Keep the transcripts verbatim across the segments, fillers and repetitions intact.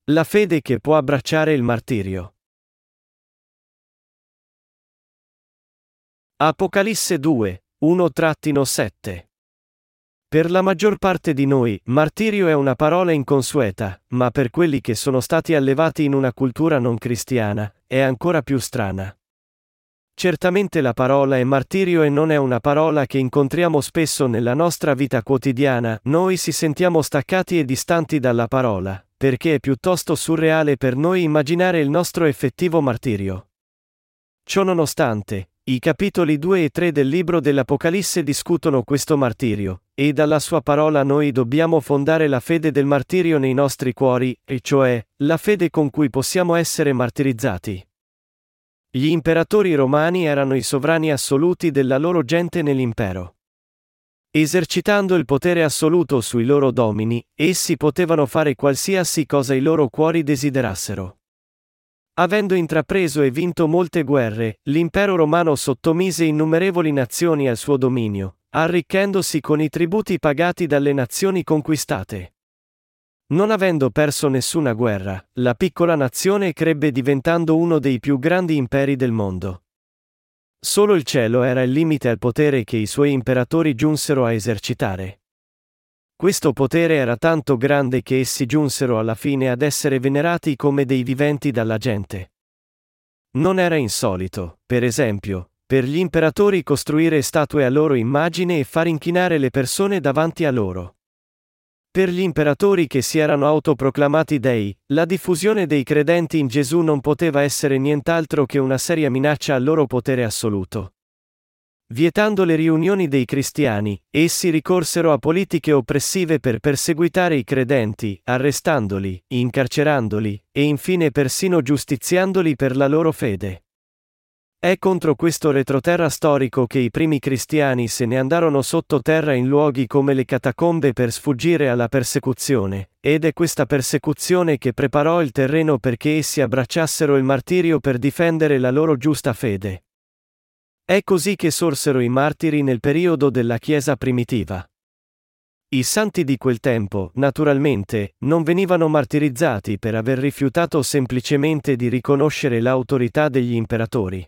La fede che può abbracciare il martirio. Apocalisse due, uno sette. Per la maggior parte di noi, martirio è una parola inconsueta, ma per quelli che sono stati allevati in una cultura non cristiana, è ancora più strana. Certamente la parola è martirio e non è una parola che incontriamo spesso nella nostra vita quotidiana, noi si sentiamo staccati e distanti dalla parola, perché è piuttosto surreale per noi immaginare il nostro effettivo martirio. Ciononostante, i capitoli due e tre del libro dell'Apocalisse discutono questo martirio, e dalla sua parola noi dobbiamo fondare la fede del martirio nei nostri cuori, e cioè, la fede con cui possiamo essere martirizzati. Gli imperatori romani erano i sovrani assoluti della loro gente nell'impero. Esercitando il potere assoluto sui loro domini, essi potevano fare qualsiasi cosa i loro cuori desiderassero. Avendo intrapreso e vinto molte guerre, l'impero romano sottomise innumerevoli nazioni al suo dominio, arricchendosi con i tributi pagati dalle nazioni conquistate. Non avendo perso nessuna guerra, la piccola nazione crebbe diventando uno dei più grandi imperi del mondo. Solo il cielo era il limite al potere che i suoi imperatori giunsero a esercitare. Questo potere era tanto grande che essi giunsero alla fine ad essere venerati come dei viventi dalla gente. Non era insolito, per esempio, per gli imperatori costruire statue a loro immagine e far inchinare le persone davanti a loro. Per gli imperatori che si erano autoproclamati dei, la diffusione dei credenti in Gesù non poteva essere nient'altro che una seria minaccia al loro potere assoluto. Vietando le riunioni dei cristiani, essi ricorsero a politiche oppressive per perseguitare i credenti, arrestandoli, incarcerandoli, e infine persino giustiziandoli per la loro fede. È contro questo retroterra storico che i primi cristiani se ne andarono sottoterra in luoghi come le catacombe per sfuggire alla persecuzione, ed è questa persecuzione che preparò il terreno perché essi abbracciassero il martirio per difendere la loro giusta fede. È così che sorsero i martiri nel periodo della Chiesa primitiva. I santi di quel tempo, naturalmente, non venivano martirizzati per aver rifiutato semplicemente di riconoscere l'autorità degli imperatori.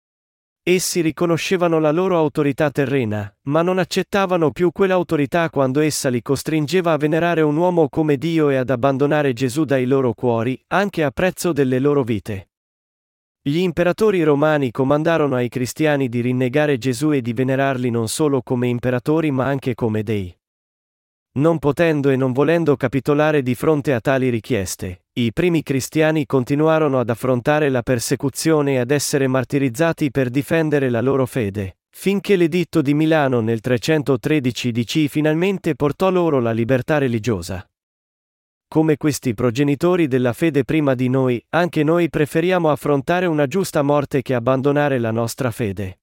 Essi riconoscevano la loro autorità terrena, ma non accettavano più quell'autorità quando essa li costringeva a venerare un uomo come Dio e ad abbandonare Gesù dai loro cuori, anche a prezzo delle loro vite. Gli imperatori romani comandarono ai cristiani di rinnegare Gesù e di venerarli non solo come imperatori ma anche come dei. Non potendo e non volendo capitolare di fronte a tali richieste, i primi cristiani continuarono ad affrontare la persecuzione e ad essere martirizzati per difendere la loro fede, finché l'editto di Milano nel trecentotredici D C finalmente portò loro la libertà religiosa. Come questi progenitori della fede prima di noi, anche noi preferiamo affrontare una giusta morte che abbandonare la nostra fede.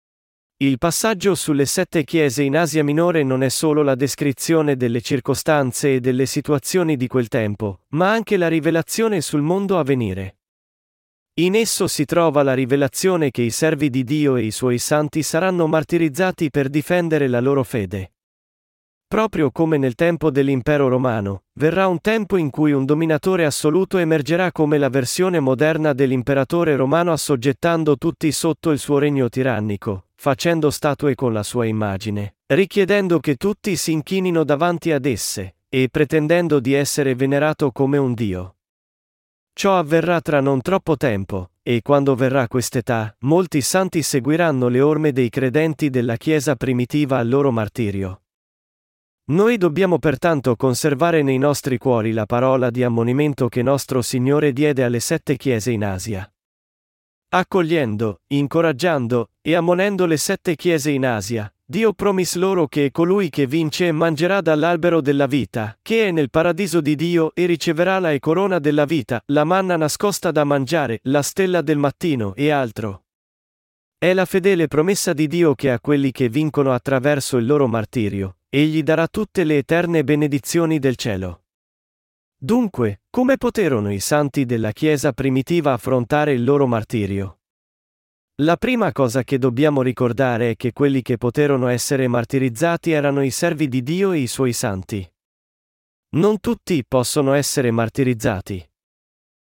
Il passaggio sulle sette chiese in Asia Minore non è solo la descrizione delle circostanze e delle situazioni di quel tempo, ma anche la rivelazione sul mondo a venire. In esso si trova la rivelazione che i servi di Dio e i suoi santi saranno martirizzati per difendere la loro fede. Proprio come nel tempo dell'impero romano, verrà un tempo in cui un dominatore assoluto emergerà come la versione moderna dell'imperatore romano assoggettando tutti sotto il suo regno tirannico, facendo statue con la sua immagine, richiedendo che tutti si inchinino davanti ad esse, e pretendendo di essere venerato come un dio. Ciò avverrà tra non troppo tempo, e quando verrà quest'età, molti santi seguiranno le orme dei credenti della Chiesa primitiva al loro martirio. Noi dobbiamo pertanto conservare nei nostri cuori la parola di ammonimento che nostro Signore diede alle sette chiese in Asia. Accogliendo, incoraggiando e ammonendo le sette chiese in Asia, Dio promise loro che colui che vince mangerà dall'albero della vita, che è nel paradiso di Dio e riceverà la corona della vita, la manna nascosta da mangiare, la stella del mattino e altro. È la fedele promessa di Dio che a quelli che vincono attraverso il loro martirio, Egli darà tutte le eterne benedizioni del cielo. Dunque, come poterono i santi della Chiesa primitiva affrontare il loro martirio? La prima cosa che dobbiamo ricordare è che quelli che poterono essere martirizzati erano i servi di Dio e i suoi santi. Non tutti possono essere martirizzati.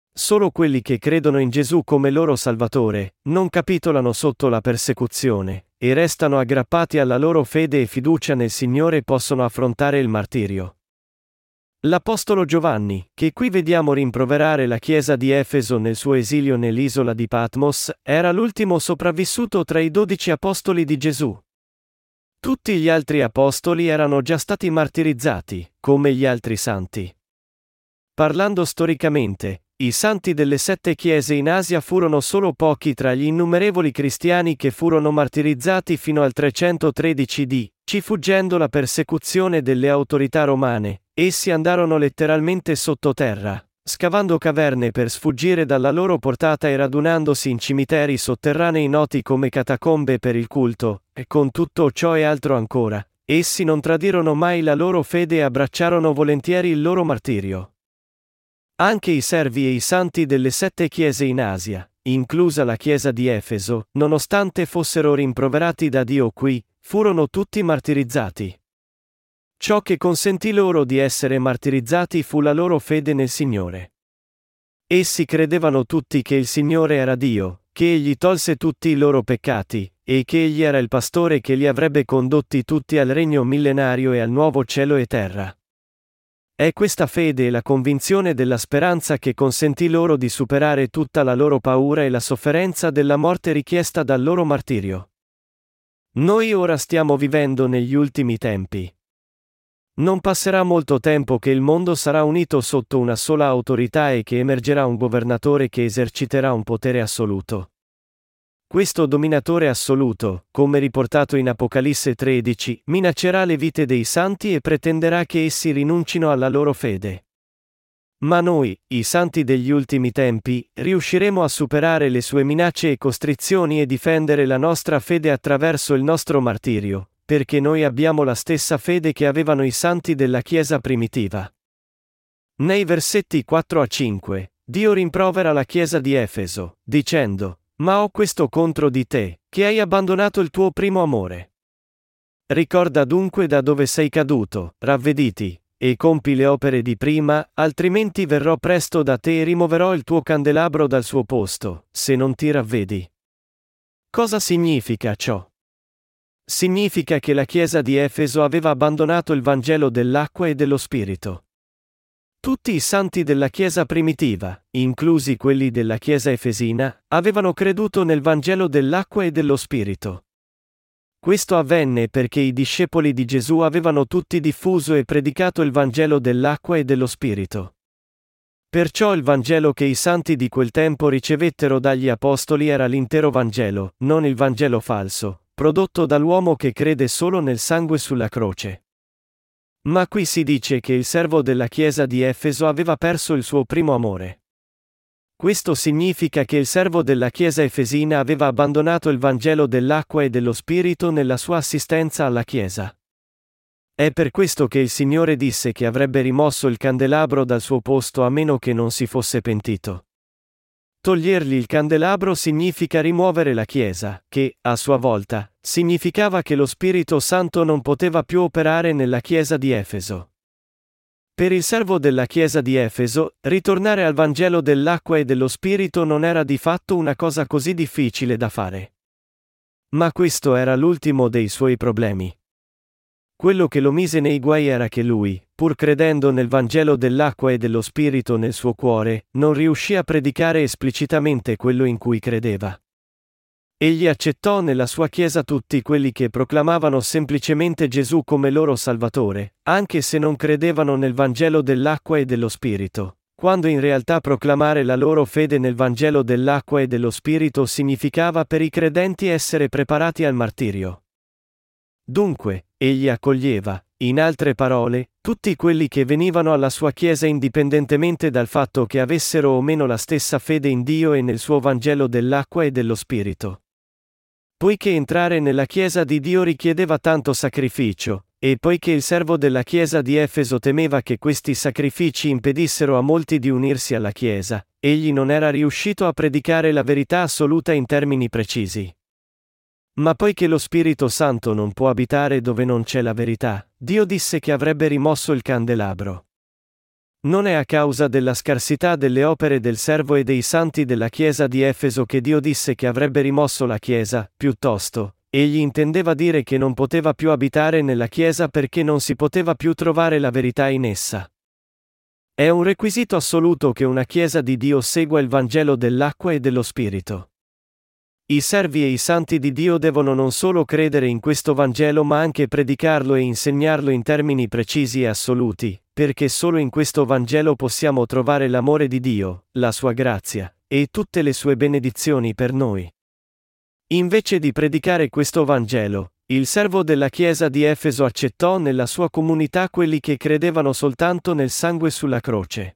Solo quelli che credono in Gesù come loro Salvatore, non capitolano sotto la persecuzione, e restano aggrappati alla loro fede e fiducia nel Signore possono affrontare il martirio. L'Apostolo Giovanni, che qui vediamo rimproverare la chiesa di Efeso nel suo esilio nell'isola di Patmos, era l'ultimo sopravvissuto tra i dodici apostoli di Gesù. Tutti gli altri apostoli erano già stati martirizzati, come gli altri santi. Parlando storicamente, i santi delle sette chiese in Asia furono solo pochi tra gli innumerevoli cristiani che furono martirizzati fino al trecentotredici D C fuggendo la persecuzione delle autorità romane. Essi andarono letteralmente sottoterra, scavando caverne per sfuggire dalla loro portata e radunandosi in cimiteri sotterranei noti come catacombe per il culto, e con tutto ciò e altro ancora, essi non tradirono mai la loro fede e abbracciarono volentieri il loro martirio. Anche i servi e i santi delle sette chiese in Asia, inclusa la chiesa di Efeso, nonostante fossero rimproverati da Dio qui, furono tutti martirizzati. Ciò che consentì loro di essere martirizzati fu la loro fede nel Signore. Essi credevano tutti che il Signore era Dio, che Egli tolse tutti i loro peccati, e che Egli era il pastore che li avrebbe condotti tutti al regno millenario e al nuovo cielo e terra. È questa fede e la convinzione della speranza che consentì loro di superare tutta la loro paura e la sofferenza della morte richiesta dal loro martirio. Noi ora stiamo vivendo negli ultimi tempi. Non passerà molto tempo che il mondo sarà unito sotto una sola autorità e che emergerà un governatore che eserciterà un potere assoluto. Questo dominatore assoluto, come riportato in Apocalisse tredici, minaccerà le vite dei santi e pretenderà che essi rinuncino alla loro fede. Ma noi, i santi degli ultimi tempi, riusciremo a superare le sue minacce e costrizioni e difendere la nostra fede attraverso il nostro martirio, perché noi abbiamo la stessa fede che avevano i santi della Chiesa primitiva. Nei versetti quattro a cinque, Dio rimprovera la Chiesa di Efeso, dicendo: «Ma ho questo contro di te, che hai abbandonato il tuo primo amore. Ricorda dunque da dove sei caduto, ravvediti, e compi le opere di prima, altrimenti verrò presto da te e rimuoverò il tuo candelabro dal suo posto, se non ti ravvedi». Cosa significa ciò? Significa che la Chiesa di Efeso aveva abbandonato il Vangelo dell'acqua e dello Spirito. Tutti i santi della Chiesa primitiva, inclusi quelli della Chiesa efesina, avevano creduto nel Vangelo dell'acqua e dello Spirito. Questo avvenne perché i discepoli di Gesù avevano tutti diffuso e predicato il Vangelo dell'acqua e dello Spirito. Perciò il Vangelo che i santi di quel tempo ricevettero dagli Apostoli era l'intero Vangelo, non il Vangelo falso, prodotto dall'uomo che crede solo nel sangue sulla croce. Ma qui si dice che il servo della Chiesa di Efeso aveva perso il suo primo amore. Questo significa che il servo della Chiesa efesina aveva abbandonato il Vangelo dell'acqua e dello Spirito nella sua assistenza alla Chiesa. È per questo che il Signore disse che avrebbe rimosso il candelabro dal suo posto a meno che non si fosse pentito. Togliergli il candelabro significa rimuovere la Chiesa, che, a sua volta, significava che lo Spirito Santo non poteva più operare nella Chiesa di Efeso. Per il servo della Chiesa di Efeso, ritornare al Vangelo dell'acqua e dello Spirito non era di fatto una cosa così difficile da fare. Ma questo era l'ultimo dei suoi problemi. Quello che lo mise nei guai era che lui, pur credendo nel Vangelo dell'acqua e dello Spirito nel suo cuore, non riuscì a predicare esplicitamente quello in cui credeva. Egli accettò nella sua Chiesa tutti quelli che proclamavano semplicemente Gesù come loro Salvatore, anche se non credevano nel Vangelo dell'acqua e dello Spirito, quando in realtà proclamare la loro fede nel Vangelo dell'acqua e dello Spirito significava per i credenti essere preparati al martirio. Dunque, egli accoglieva, in altre parole, tutti quelli che venivano alla sua Chiesa indipendentemente dal fatto che avessero o meno la stessa fede in Dio e nel suo Vangelo dell'acqua e dello Spirito. Poiché entrare nella Chiesa di Dio richiedeva tanto sacrificio, e poiché il servo della Chiesa di Efeso temeva che questi sacrifici impedissero a molti di unirsi alla Chiesa, egli non era riuscito a predicare la verità assoluta in termini precisi. Ma poiché lo Spirito Santo non può abitare dove non c'è la verità, Dio disse che avrebbe rimosso il candelabro. Non è a causa della scarsità delle opere del servo e dei santi della chiesa di Efeso che Dio disse che avrebbe rimosso la chiesa, piuttosto, egli intendeva dire che non poteva più abitare nella chiesa perché non si poteva più trovare la verità in essa. È un requisito assoluto che una chiesa di Dio segua il Vangelo dell'acqua e dello Spirito. I servi e i santi di Dio devono non solo credere in questo Vangelo ma anche predicarlo e insegnarlo in termini precisi e assoluti, perché solo in questo Vangelo possiamo trovare l'amore di Dio, la sua grazia, e tutte le sue benedizioni per noi. Invece di predicare questo Vangelo, il servo della chiesa di Efeso accettò nella sua comunità quelli che credevano soltanto nel sangue sulla croce.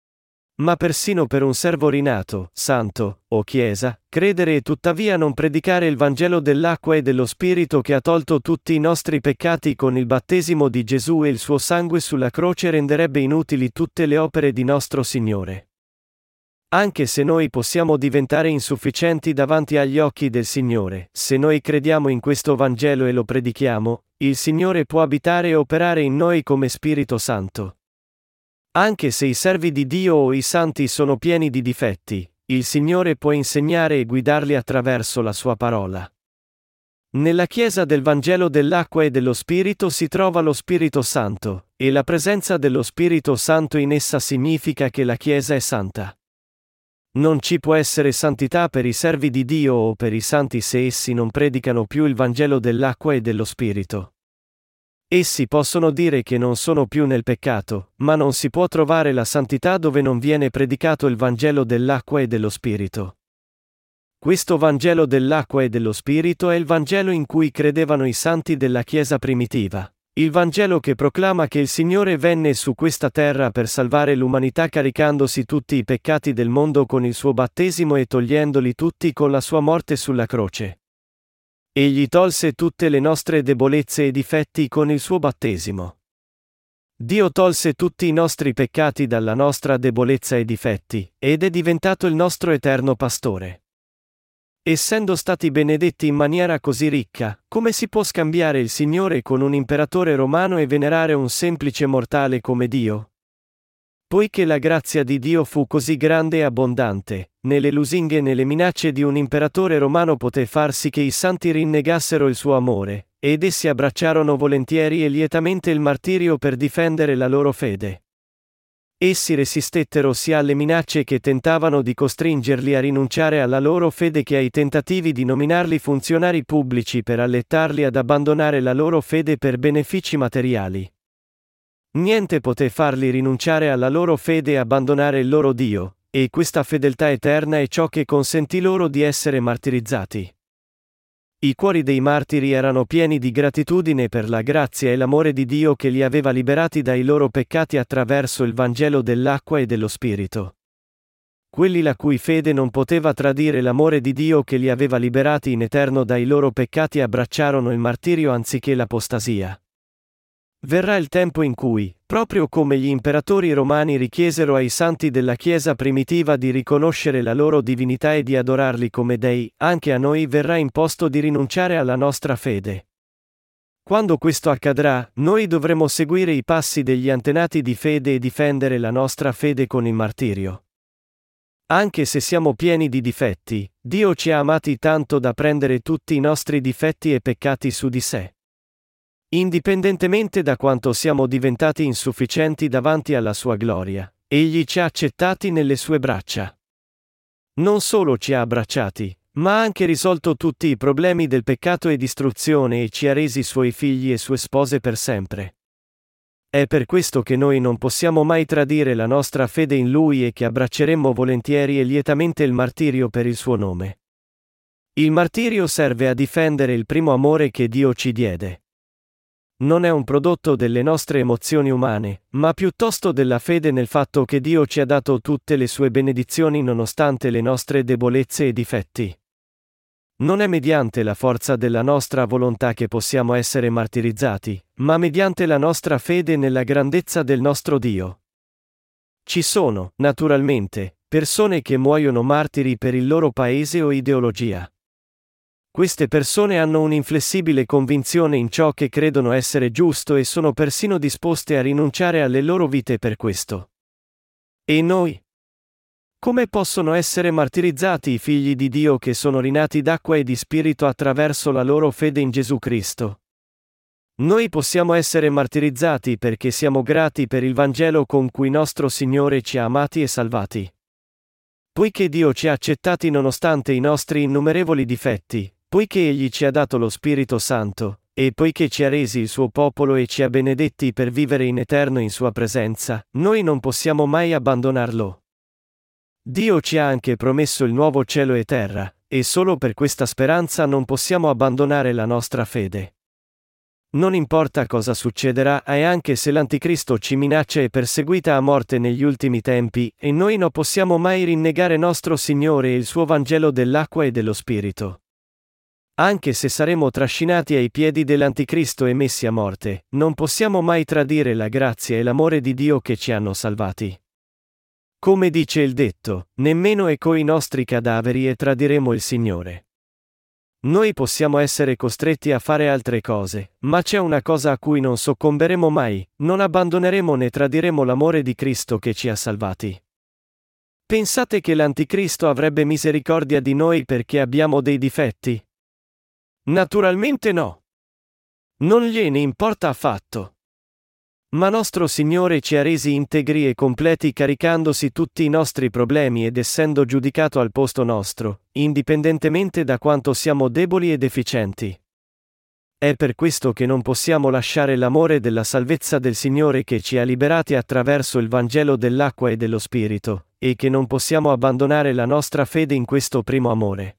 Ma persino per un servo rinato, santo, o chiesa, credere e tuttavia non predicare il Vangelo dell'acqua e dello Spirito che ha tolto tutti i nostri peccati con il battesimo di Gesù e il suo sangue sulla croce renderebbe inutili tutte le opere di nostro Signore. Anche se noi possiamo diventare insufficienti davanti agli occhi del Signore, se noi crediamo in questo Vangelo e lo predichiamo, il Signore può abitare e operare in noi come Spirito Santo. Anche se i servi di Dio o i santi sono pieni di difetti, il Signore può insegnare e guidarli attraverso la sua parola. Nella Chiesa del Vangelo dell'acqua e dello Spirito si trova lo Spirito Santo, e la presenza dello Spirito Santo in essa significa che la Chiesa è santa. Non ci può essere santità per i servi di Dio o per i santi se essi non predicano più il Vangelo dell'acqua e dello Spirito. Essi possono dire che non sono più nel peccato, ma non si può trovare la santità dove non viene predicato il Vangelo dell'acqua e dello Spirito. Questo Vangelo dell'acqua e dello Spirito è il Vangelo in cui credevano i santi della Chiesa primitiva. Il Vangelo che proclama che il Signore venne su questa terra per salvare l'umanità caricandosi tutti i peccati del mondo con il suo battesimo e togliendoli tutti con la sua morte sulla croce. Egli tolse tutte le nostre debolezze e difetti con il suo battesimo. Dio tolse tutti i nostri peccati dalla nostra debolezza e difetti, ed è diventato il nostro eterno pastore. Essendo stati benedetti in maniera così ricca, come si può scambiare il Signore con un imperatore romano e venerare un semplice mortale come Dio? Poiché la grazia di Dio fu così grande e abbondante, né le lusinghe né le minacce di un imperatore romano poté far sì che i santi rinnegassero il suo amore, ed essi abbracciarono volentieri e lietamente il martirio per difendere la loro fede. Essi resistettero sia alle minacce che tentavano di costringerli a rinunciare alla loro fede che ai tentativi di nominarli funzionari pubblici per allettarli ad abbandonare la loro fede per benefici materiali. Niente poté farli rinunciare alla loro fede e abbandonare il loro Dio, e questa fedeltà eterna è ciò che consentì loro di essere martirizzati. I cuori dei martiri erano pieni di gratitudine per la grazia e l'amore di Dio che li aveva liberati dai loro peccati attraverso il Vangelo dell'acqua e dello Spirito. Quelli la cui fede non poteva tradire l'amore di Dio che li aveva liberati in eterno dai loro peccati abbracciarono il martirio anziché l'apostasia. Verrà il tempo in cui, proprio come gli imperatori romani richiesero ai santi della Chiesa primitiva di riconoscere la loro divinità e di adorarli come dei, anche a noi verrà imposto di rinunciare alla nostra fede. Quando questo accadrà, noi dovremo seguire i passi degli antenati di fede e difendere la nostra fede con il martirio. Anche se siamo pieni di difetti, Dio ci ha amati tanto da prendere tutti i nostri difetti e peccati su di sé. Indipendentemente da quanto siamo diventati insufficienti davanti alla sua gloria, egli ci ha accettati nelle sue braccia. Non solo ci ha abbracciati, ma ha anche risolto tutti i problemi del peccato e distruzione e ci ha resi suoi figli e sue spose per sempre. È per questo che noi non possiamo mai tradire la nostra fede in Lui e che abbracceremmo volentieri e lietamente il martirio per il suo nome. Il martirio serve a difendere il primo amore che Dio ci diede. Non è un prodotto delle nostre emozioni umane, ma piuttosto della fede nel fatto che Dio ci ha dato tutte le sue benedizioni nonostante le nostre debolezze e difetti. Non è mediante la forza della nostra volontà che possiamo essere martirizzati, ma mediante la nostra fede nella grandezza del nostro Dio. Ci sono, naturalmente, persone che muoiono martiri per il loro paese o ideologia. Queste persone hanno un'inflessibile convinzione in ciò che credono essere giusto e sono persino disposte a rinunciare alle loro vite per questo. E noi? Come possono essere martirizzati i figli di Dio che sono rinati d'acqua e di spirito attraverso la loro fede in Gesù Cristo? Noi possiamo essere martirizzati perché siamo grati per il Vangelo con cui nostro Signore ci ha amati e salvati. Poiché Dio ci ha accettati nonostante i nostri innumerevoli difetti, poiché Egli ci ha dato lo Spirito Santo, e poiché ci ha resi il suo popolo e ci ha benedetti per vivere in eterno in sua presenza, noi non possiamo mai abbandonarlo. Dio ci ha anche promesso il nuovo cielo e terra, e solo per questa speranza non possiamo abbandonare la nostra fede. Non importa cosa succederà e anche se l'Anticristo ci minaccia e perseguita a morte negli ultimi tempi, e noi non possiamo mai rinnegare nostro Signore e il suo Vangelo dell'acqua e dello Spirito. Anche se saremo trascinati ai piedi dell'Anticristo e messi a morte, non possiamo mai tradire la grazia e l'amore di Dio che ci hanno salvati. Come dice il detto, nemmeno e coi nostri cadaveri e tradiremo il Signore. Noi possiamo essere costretti a fare altre cose, ma c'è una cosa a cui non soccomberemo mai: non abbandoneremo né tradiremo l'amore di Cristo che ci ha salvati. Pensate che l'Anticristo avrebbe misericordia di noi perché abbiamo dei difetti? Naturalmente no. Non gliene importa affatto. Ma nostro Signore ci ha resi integri e completi caricandosi tutti i nostri problemi ed essendo giudicato al posto nostro, indipendentemente da quanto siamo deboli e deficienti. È per questo che non possiamo lasciare l'amore della salvezza del Signore che ci ha liberati attraverso il Vangelo dell'acqua e dello Spirito, e che non possiamo abbandonare la nostra fede in questo primo amore.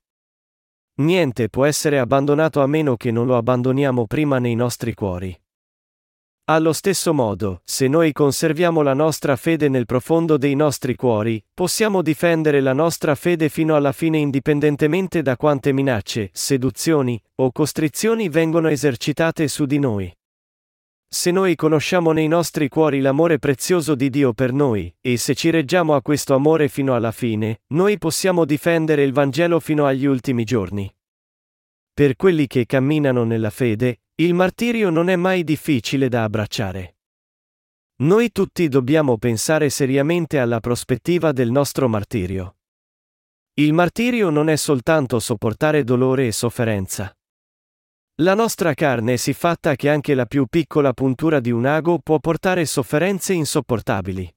Niente può essere abbandonato a meno che non lo abbandoniamo prima nei nostri cuori. Allo stesso modo, se noi conserviamo la nostra fede nel profondo dei nostri cuori, possiamo difendere la nostra fede fino alla fine indipendentemente da quante minacce, seduzioni o costrizioni vengono esercitate su di noi. Se noi conosciamo nei nostri cuori l'amore prezioso di Dio per noi, e se ci reggiamo a questo amore fino alla fine, noi possiamo difendere il Vangelo fino agli ultimi giorni. Per quelli che camminano nella fede, il martirio non è mai difficile da abbracciare. Noi tutti dobbiamo pensare seriamente alla prospettiva del nostro martirio. Il martirio non è soltanto sopportare dolore e sofferenza. La nostra carne è siffatta che anche la più piccola puntura di un ago può portare sofferenze insopportabili.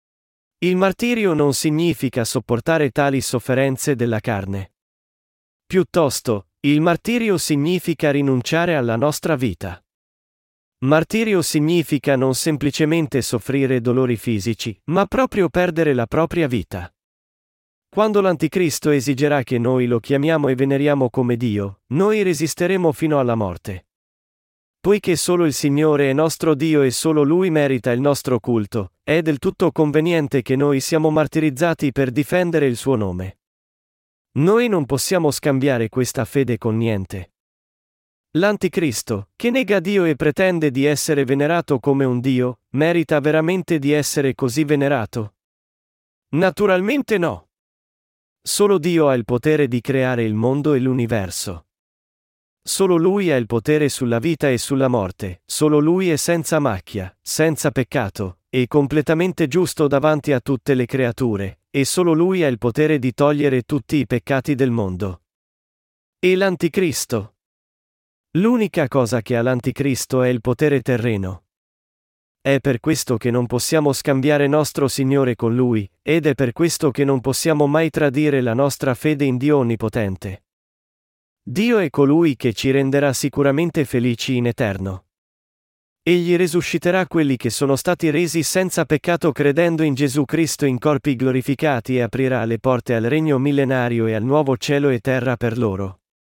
Il martirio non significa sopportare tali sofferenze della carne. Piuttosto, il martirio significa rinunciare alla nostra vita. Martirio significa non semplicemente soffrire dolori fisici, ma proprio perdere la propria vita. Quando l'Anticristo esigerà che noi lo chiamiamo e veneriamo come Dio, noi resisteremo fino alla morte. Poiché solo il Signore è nostro Dio e solo Lui merita il nostro culto, è del tutto conveniente che noi siamo martirizzati per difendere il suo nome. Noi non possiamo scambiare questa fede con niente. L'Anticristo, che nega Dio e pretende di essere venerato come un Dio, merita veramente di essere così venerato? Naturalmente no. Solo Dio ha il potere di creare il mondo e l'universo. Solo Lui ha il potere sulla vita e sulla morte, solo Lui è senza macchia, senza peccato, e completamente giusto davanti a tutte le creature, e solo Lui ha il potere di togliere tutti i peccati del mondo. E l'Anticristo? L'unica cosa che ha l'Anticristo è il potere terreno. È per questo che non possiamo scambiare nostro Signore con Lui, ed è per questo che non possiamo mai tradire la nostra fede in Dio Onnipotente. Dio è colui che ci renderà sicuramente felici in eterno. Egli risusciterà quelli che sono stati resi senza peccato credendo in Gesù Cristo in corpi glorificati e aprirà le porte al regno millenario e al nuovo cielo e terra per loro.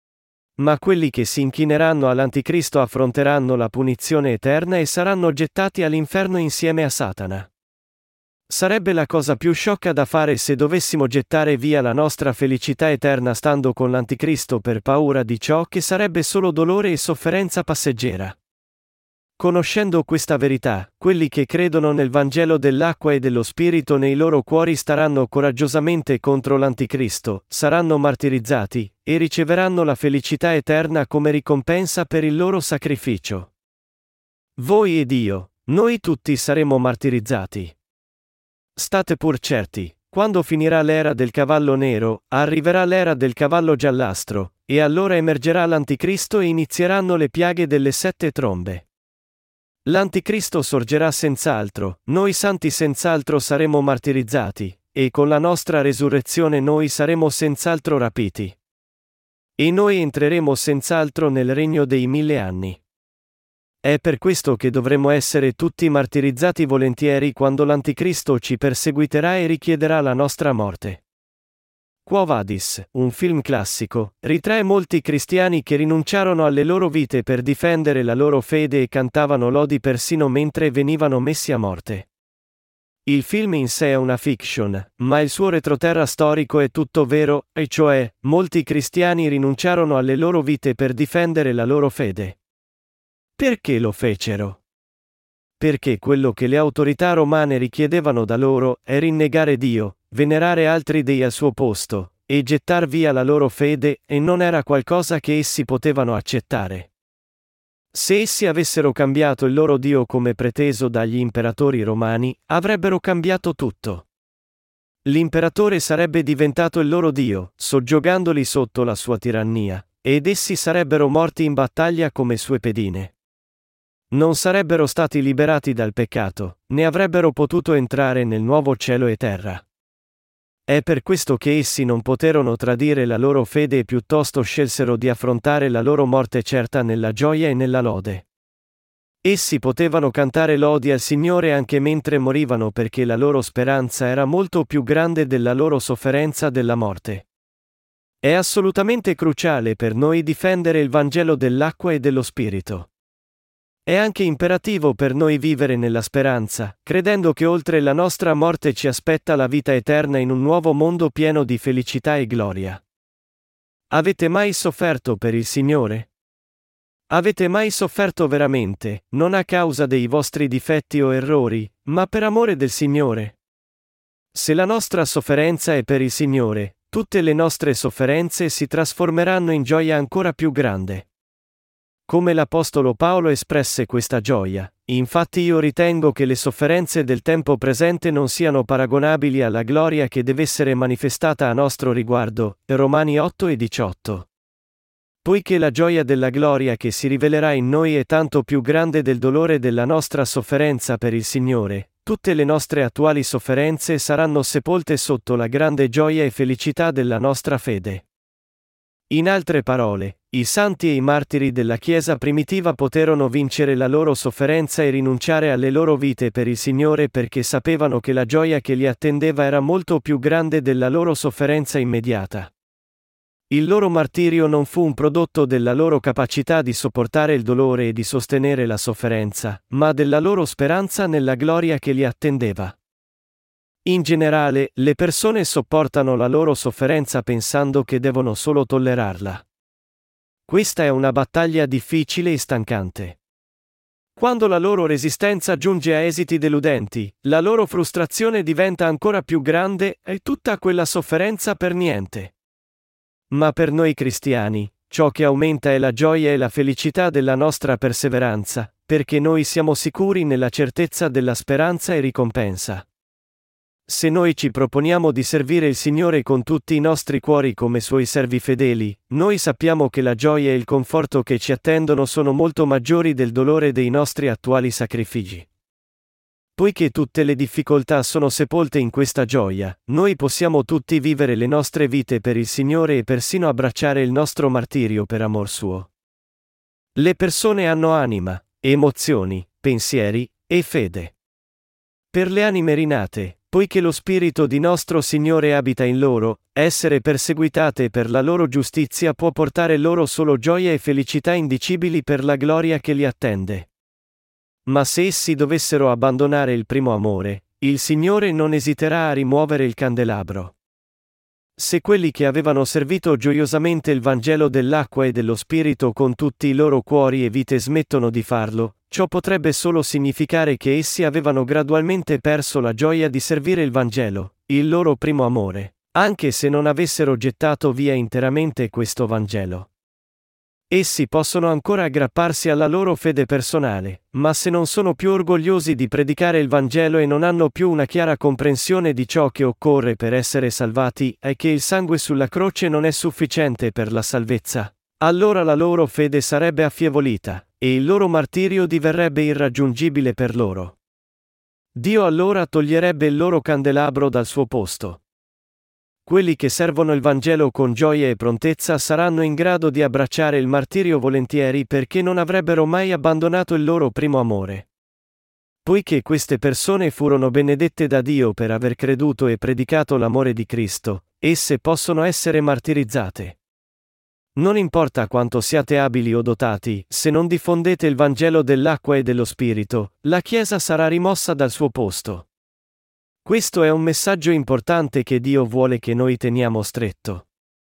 Ma quelli che si inchineranno all'Anticristo affronteranno la punizione eterna e saranno gettati all'inferno insieme a Satana. Sarebbe la cosa più sciocca da fare se dovessimo gettare via la nostra felicità eterna stando con l'Anticristo per paura di ciò che sarebbe solo dolore e sofferenza passeggera. Conoscendo questa verità, quelli che credono nel Vangelo dell'acqua e dello Spirito nei loro cuori staranno coraggiosamente contro l'Anticristo, saranno martirizzati, e riceveranno la felicità eterna come ricompensa per il loro sacrificio. Voi ed io, noi tutti saremo martirizzati. State pur certi, quando finirà l'era del cavallo nero, arriverà l'era del cavallo giallastro, e allora emergerà l'Anticristo e inizieranno le piaghe delle sette trombe. L'Anticristo sorgerà senz'altro, noi santi senz'altro saremo martirizzati, e con la nostra resurrezione noi saremo senz'altro rapiti. E noi entreremo senz'altro nel regno dei mille anni. È per questo che dovremo essere tutti martirizzati volentieri quando l'Anticristo ci perseguiterà e richiederà la nostra morte. Quo Vadis, un film classico, ritrae molti cristiani che rinunciarono alle loro vite per difendere la loro fede e cantavano lodi persino mentre venivano messi a morte. Il film in sé è una fiction, ma il suo retroterra storico è tutto vero, e cioè, molti cristiani rinunciarono alle loro vite per difendere la loro fede. Perché lo fecero? Perché quello che le autorità romane richiedevano da loro è rinnegare Dio, venerare altri dei al suo posto, e gettar via la loro fede, e non era qualcosa che essi potevano accettare. Se essi avessero cambiato il loro Dio come preteso dagli imperatori romani, avrebbero cambiato tutto. L'imperatore sarebbe diventato il loro Dio, soggiogandoli sotto la sua tirannia, ed essi sarebbero morti in battaglia come sue pedine. Non sarebbero stati liberati dal peccato, né avrebbero potuto entrare nel nuovo cielo e terra. È per questo che essi non poterono tradire la loro fede e piuttosto scelsero di affrontare la loro morte certa nella gioia e nella lode. Essi potevano cantare lodi al Signore anche mentre morivano perché la loro speranza era molto più grande della loro sofferenza della morte. È assolutamente cruciale per noi difendere il Vangelo dell'acqua e dello Spirito. È anche imperativo per noi vivere nella speranza, credendo che oltre la nostra morte ci aspetta la vita eterna in un nuovo mondo pieno di felicità e gloria. Avete mai sofferto per il Signore? Avete mai sofferto veramente, non a causa dei vostri difetti o errori, ma per amore del Signore? Se la nostra sofferenza è per il Signore, tutte le nostre sofferenze si trasformeranno in gioia ancora più grande. Come l'Apostolo Paolo espresse questa gioia, infatti io ritengo che le sofferenze del tempo presente non siano paragonabili alla gloria che deve essere manifestata a nostro riguardo, Romani otto e diciotto. Poiché la gioia della gloria che si rivelerà in noi è tanto più grande del dolore della nostra sofferenza per il Signore, tutte le nostre attuali sofferenze saranno sepolte sotto la grande gioia e felicità della nostra fede. In altre parole, i santi e i martiri della Chiesa primitiva poterono vincere la loro sofferenza e rinunciare alle loro vite per il Signore perché sapevano che la gioia che li attendeva era molto più grande della loro sofferenza immediata. Il loro martirio non fu un prodotto della loro capacità di sopportare il dolore e di sostenere la sofferenza, ma della loro speranza nella gloria che li attendeva. In generale, le persone sopportano la loro sofferenza pensando che devono solo tollerarla. Questa è una battaglia difficile e stancante. Quando la loro resistenza giunge a esiti deludenti, la loro frustrazione diventa ancora più grande e tutta quella sofferenza per niente. Ma per noi cristiani, ciò che aumenta è la gioia e la felicità della nostra perseveranza, perché noi siamo sicuri nella certezza della speranza e ricompensa. Se noi ci proponiamo di servire il Signore con tutti i nostri cuori come Suoi servi fedeli, noi sappiamo che la gioia e il conforto che ci attendono sono molto maggiori del dolore dei nostri attuali sacrifici. Poiché tutte le difficoltà sono sepolte in questa gioia, noi possiamo tutti vivere le nostre vite per il Signore e persino abbracciare il nostro martirio per amor suo. Le persone hanno anima, emozioni, pensieri e fede. Per le anime rinate, poiché lo Spirito di nostro Signore abita in loro, essere perseguitate per la loro giustizia può portare loro solo gioia e felicità indicibili per la gloria che li attende. Ma se essi dovessero abbandonare il primo amore, il Signore non esiterà a rimuovere il candelabro. Se quelli che avevano servito gioiosamente il Vangelo dell'acqua e dello Spirito con tutti i loro cuori e vite smettono di farlo, ciò potrebbe solo significare che essi avevano gradualmente perso la gioia di servire il Vangelo, il loro primo amore, anche se non avessero gettato via interamente questo Vangelo. Essi possono ancora aggrapparsi alla loro fede personale, ma se non sono più orgogliosi di predicare il Vangelo e non hanno più una chiara comprensione di ciò che occorre per essere salvati e che il sangue sulla croce non è sufficiente per la salvezza, allora la loro fede sarebbe affievolita, e il loro martirio diverrebbe irraggiungibile per loro. Dio allora toglierebbe il loro candelabro dal suo posto. Quelli che servono il Vangelo con gioia e prontezza saranno in grado di abbracciare il martirio volentieri perché non avrebbero mai abbandonato il loro primo amore. Poiché queste persone furono benedette da Dio per aver creduto e predicato l'amore di Cristo, esse possono essere martirizzate. Non importa quanto siate abili o dotati, se non diffondete il Vangelo dell'acqua e dello Spirito, la Chiesa sarà rimossa dal suo posto. Questo è un messaggio importante che Dio vuole che noi teniamo stretto.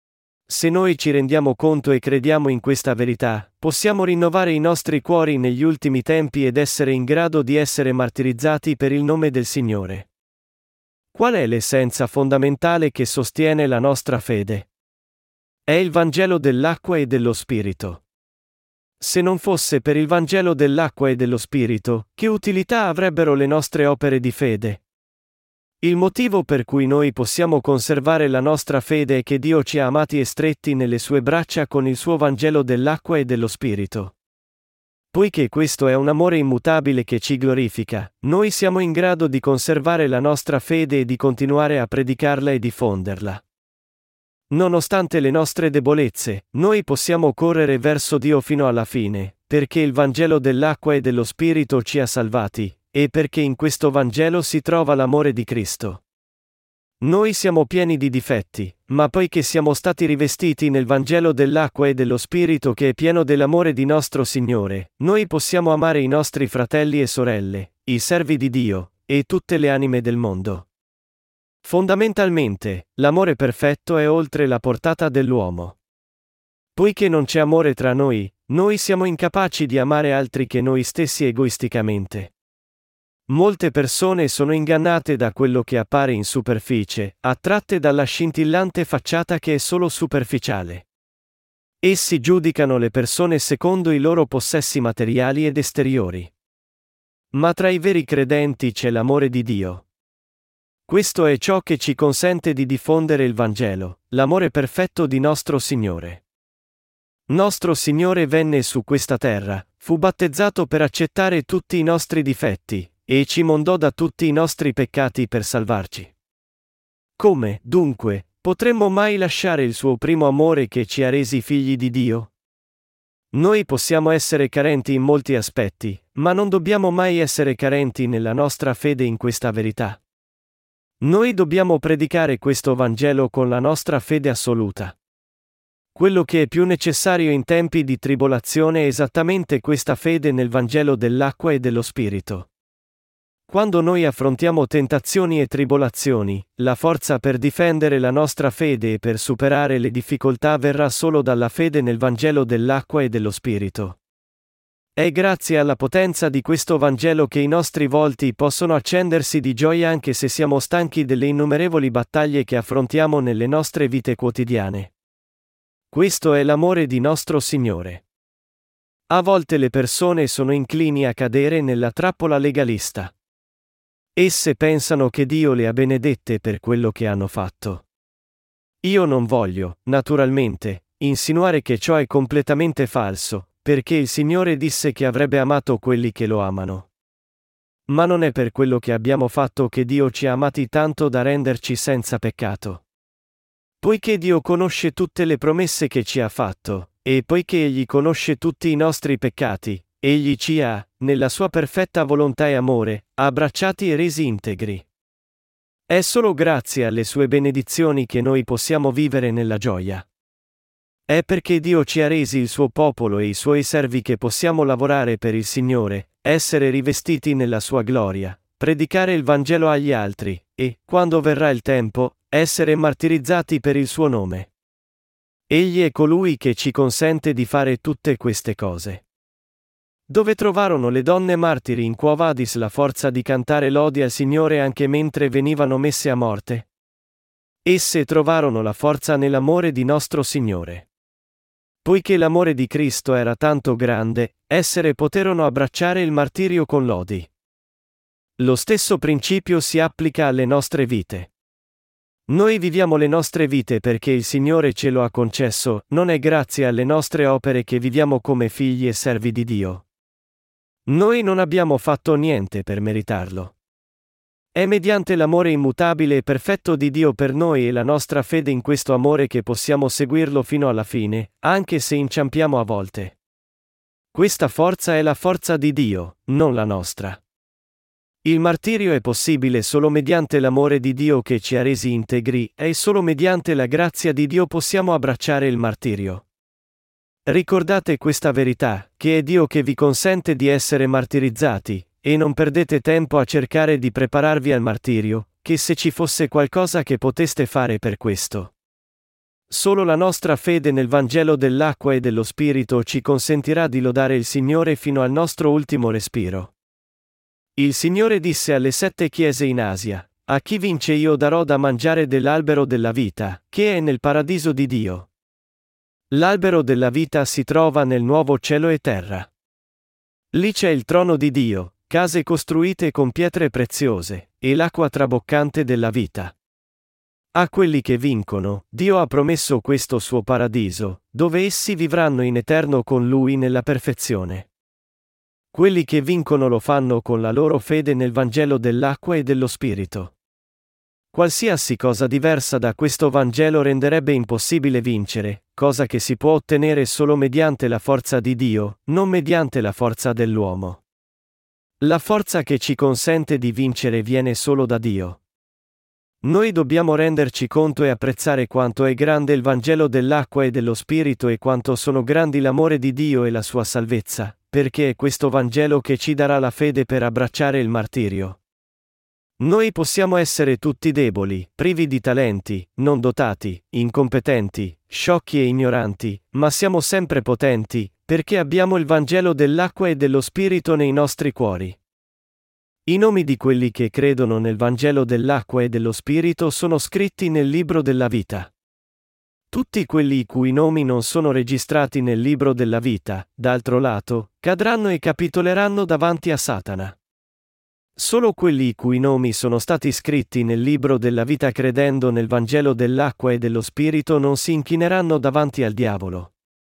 Se noi ci rendiamo conto e crediamo in questa verità, possiamo rinnovare i nostri cuori negli ultimi tempi ed essere in grado di essere martirizzati per il nome del Signore. Qual è l'essenza fondamentale che sostiene la nostra fede? È il Vangelo dell'acqua e dello Spirito. Se non fosse per il Vangelo dell'acqua e dello Spirito, che utilità avrebbero le nostre opere di fede? Il motivo per cui noi possiamo conservare la nostra fede è che Dio ci ha amati e stretti nelle sue braccia con il suo Vangelo dell'acqua e dello Spirito. Poiché questo è un amore immutabile che ci glorifica, noi siamo in grado di conservare la nostra fede e di continuare a predicarla e diffonderla. Nonostante le nostre debolezze, noi possiamo correre verso Dio fino alla fine, perché il Vangelo dell'acqua e dello Spirito ci ha salvati, e perché in questo Vangelo si trova l'amore di Cristo. Noi siamo pieni di difetti, ma poiché siamo stati rivestiti nel Vangelo dell'acqua e dello Spirito che è pieno dell'amore di nostro Signore, noi possiamo amare i nostri fratelli e sorelle, i servi di Dio, e tutte le anime del mondo. Fondamentalmente, l'amore perfetto è oltre la portata dell'uomo. Poiché non c'è amore tra noi, noi siamo incapaci di amare altri che noi stessi egoisticamente. Molte persone sono ingannate da quello che appare in superficie, attratte dalla scintillante facciata che è solo superficiale. Essi giudicano le persone secondo i loro possessi materiali ed esteriori. Ma tra i veri credenti c'è l'amore di Dio. Questo è ciò che ci consente di diffondere il Vangelo, l'amore perfetto di nostro Signore. Nostro Signore venne su questa terra, fu battezzato per accettare tutti i nostri difetti, e ci mondò da tutti i nostri peccati per salvarci. Come, dunque, potremmo mai lasciare il suo primo amore che ci ha resi figli di Dio? Noi possiamo essere carenti in molti aspetti, ma non dobbiamo mai essere carenti nella nostra fede in questa verità. Noi dobbiamo predicare questo Vangelo con la nostra fede assoluta. Quello che è più necessario in tempi di tribolazione è esattamente questa fede nel Vangelo dell'acqua e dello Spirito. Quando noi affrontiamo tentazioni e tribolazioni, la forza per difendere la nostra fede e per superare le difficoltà verrà solo dalla fede nel Vangelo dell'acqua e dello Spirito. È grazie alla potenza di questo Vangelo che i nostri volti possono accendersi di gioia anche se siamo stanchi delle innumerevoli battaglie che affrontiamo nelle nostre vite quotidiane. Questo è l'amore di nostro Signore. A volte le persone sono inclini a cadere nella trappola legalista. Esse pensano che Dio le ha benedette per quello che hanno fatto. Io non voglio, naturalmente, insinuare che ciò è completamente falso, perché il Signore disse che avrebbe amato quelli che lo amano. Ma non è per quello che abbiamo fatto che Dio ci ha amati tanto da renderci senza peccato. Poiché Dio conosce tutte le promesse che ci ha fatto, e poiché Egli conosce tutti i nostri peccati, Egli ci ha, nella sua perfetta volontà e amore, abbracciati e resi integri. È solo grazie alle sue benedizioni che noi possiamo vivere nella gioia. È perché Dio ci ha resi il suo popolo e i suoi servi che possiamo lavorare per il Signore, essere rivestiti nella sua gloria, predicare il Vangelo agli altri, e, quando verrà il tempo, essere martirizzati per il suo nome. Egli è colui che ci consente di fare tutte queste cose. Dove trovarono le donne martiri in Quo Vadis la forza di cantare lodi al Signore anche mentre venivano messe a morte? Esse trovarono la forza nell'amore di nostro Signore. Poiché l'amore di Cristo era tanto grande, essere poterono abbracciare il martirio con lodi. Lo stesso principio si applica alle nostre vite. Noi viviamo le nostre vite perché il Signore ce lo ha concesso, non è grazie alle nostre opere che viviamo come figli e servi di Dio. Noi non abbiamo fatto niente per meritarlo. È mediante l'amore immutabile e perfetto di Dio per noi e la nostra fede in questo amore che possiamo seguirlo fino alla fine, anche se inciampiamo a volte. Questa forza è la forza di Dio, non la nostra. Il martirio è possibile solo mediante l'amore di Dio che ci ha resi integri, e solo mediante la grazia di Dio possiamo abbracciare il martirio. Ricordate questa verità, che è Dio che vi consente di essere martirizzati, e non perdete tempo a cercare di prepararvi al martirio, che se ci fosse qualcosa che poteste fare per questo. Solo la nostra fede nel Vangelo dell'acqua e dello Spirito ci consentirà di lodare il Signore fino al nostro ultimo respiro. Il Signore disse alle sette chiese in Asia: a chi vince io darò da mangiare dell'albero della vita, che è nel paradiso di Dio. L'albero della vita si trova nel nuovo cielo e terra. Lì c'è il trono di Dio, case costruite con pietre preziose, e l'acqua traboccante della vita. A quelli che vincono, Dio ha promesso questo suo paradiso, dove essi vivranno in eterno con Lui nella perfezione. Quelli che vincono lo fanno con la loro fede nel Vangelo dell'acqua e dello Spirito. Qualsiasi cosa diversa da questo Vangelo renderebbe impossibile vincere, cosa che si può ottenere solo mediante la forza di Dio, non mediante la forza dell'uomo. La forza che ci consente di vincere viene solo da Dio. Noi dobbiamo renderci conto e apprezzare quanto è grande il Vangelo dell'acqua e dello Spirito e quanto sono grandi l'amore di Dio e la sua salvezza, perché è questo Vangelo che ci darà la fede per abbracciare il martirio. Noi possiamo essere tutti deboli, privi di talenti, non dotati, incompetenti, sciocchi e ignoranti, ma siamo sempre potenti, perché abbiamo il Vangelo dell'acqua e dello Spirito nei nostri cuori. I nomi di quelli che credono nel Vangelo dell'acqua e dello Spirito sono scritti nel libro della vita. Tutti quelli i cui nomi non sono registrati nel libro della vita, d'altro lato, cadranno e capitoleranno davanti a Satana. Solo quelli i cui nomi sono stati scritti nel libro della vita credendo nel Vangelo dell'acqua e dello Spirito non si inchineranno davanti al diavolo.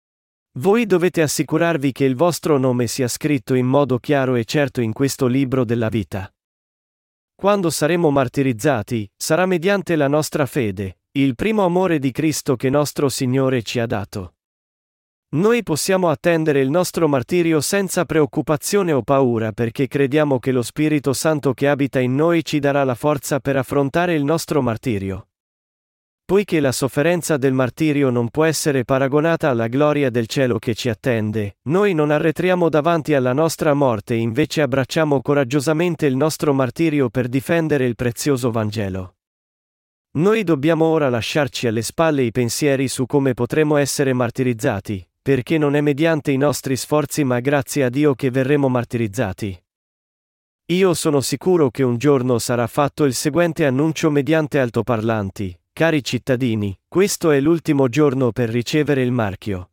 Voi dovete assicurarvi che il vostro nome sia scritto in modo chiaro e certo in questo libro della vita. Quando saremo martirizzati, sarà mediante la nostra fede, il primo amore di Cristo che nostro Signore ci ha dato. Noi possiamo attendere il nostro martirio senza preoccupazione o paura perché crediamo che lo Spirito Santo che abita in noi ci darà la forza per affrontare il nostro martirio. Poiché la sofferenza del martirio non può essere paragonata alla gloria del cielo che ci attende, noi non arretriamo davanti alla nostra morte e invece abbracciamo coraggiosamente il nostro martirio per difendere il prezioso Vangelo. Noi dobbiamo ora lasciarci alle spalle i pensieri su come potremo essere martirizzati, perché non è mediante i nostri sforzi ma grazie a Dio che verremo martirizzati. Io sono sicuro che un giorno sarà fatto il seguente annuncio mediante altoparlanti: cari cittadini, questo è l'ultimo giorno per ricevere il marchio.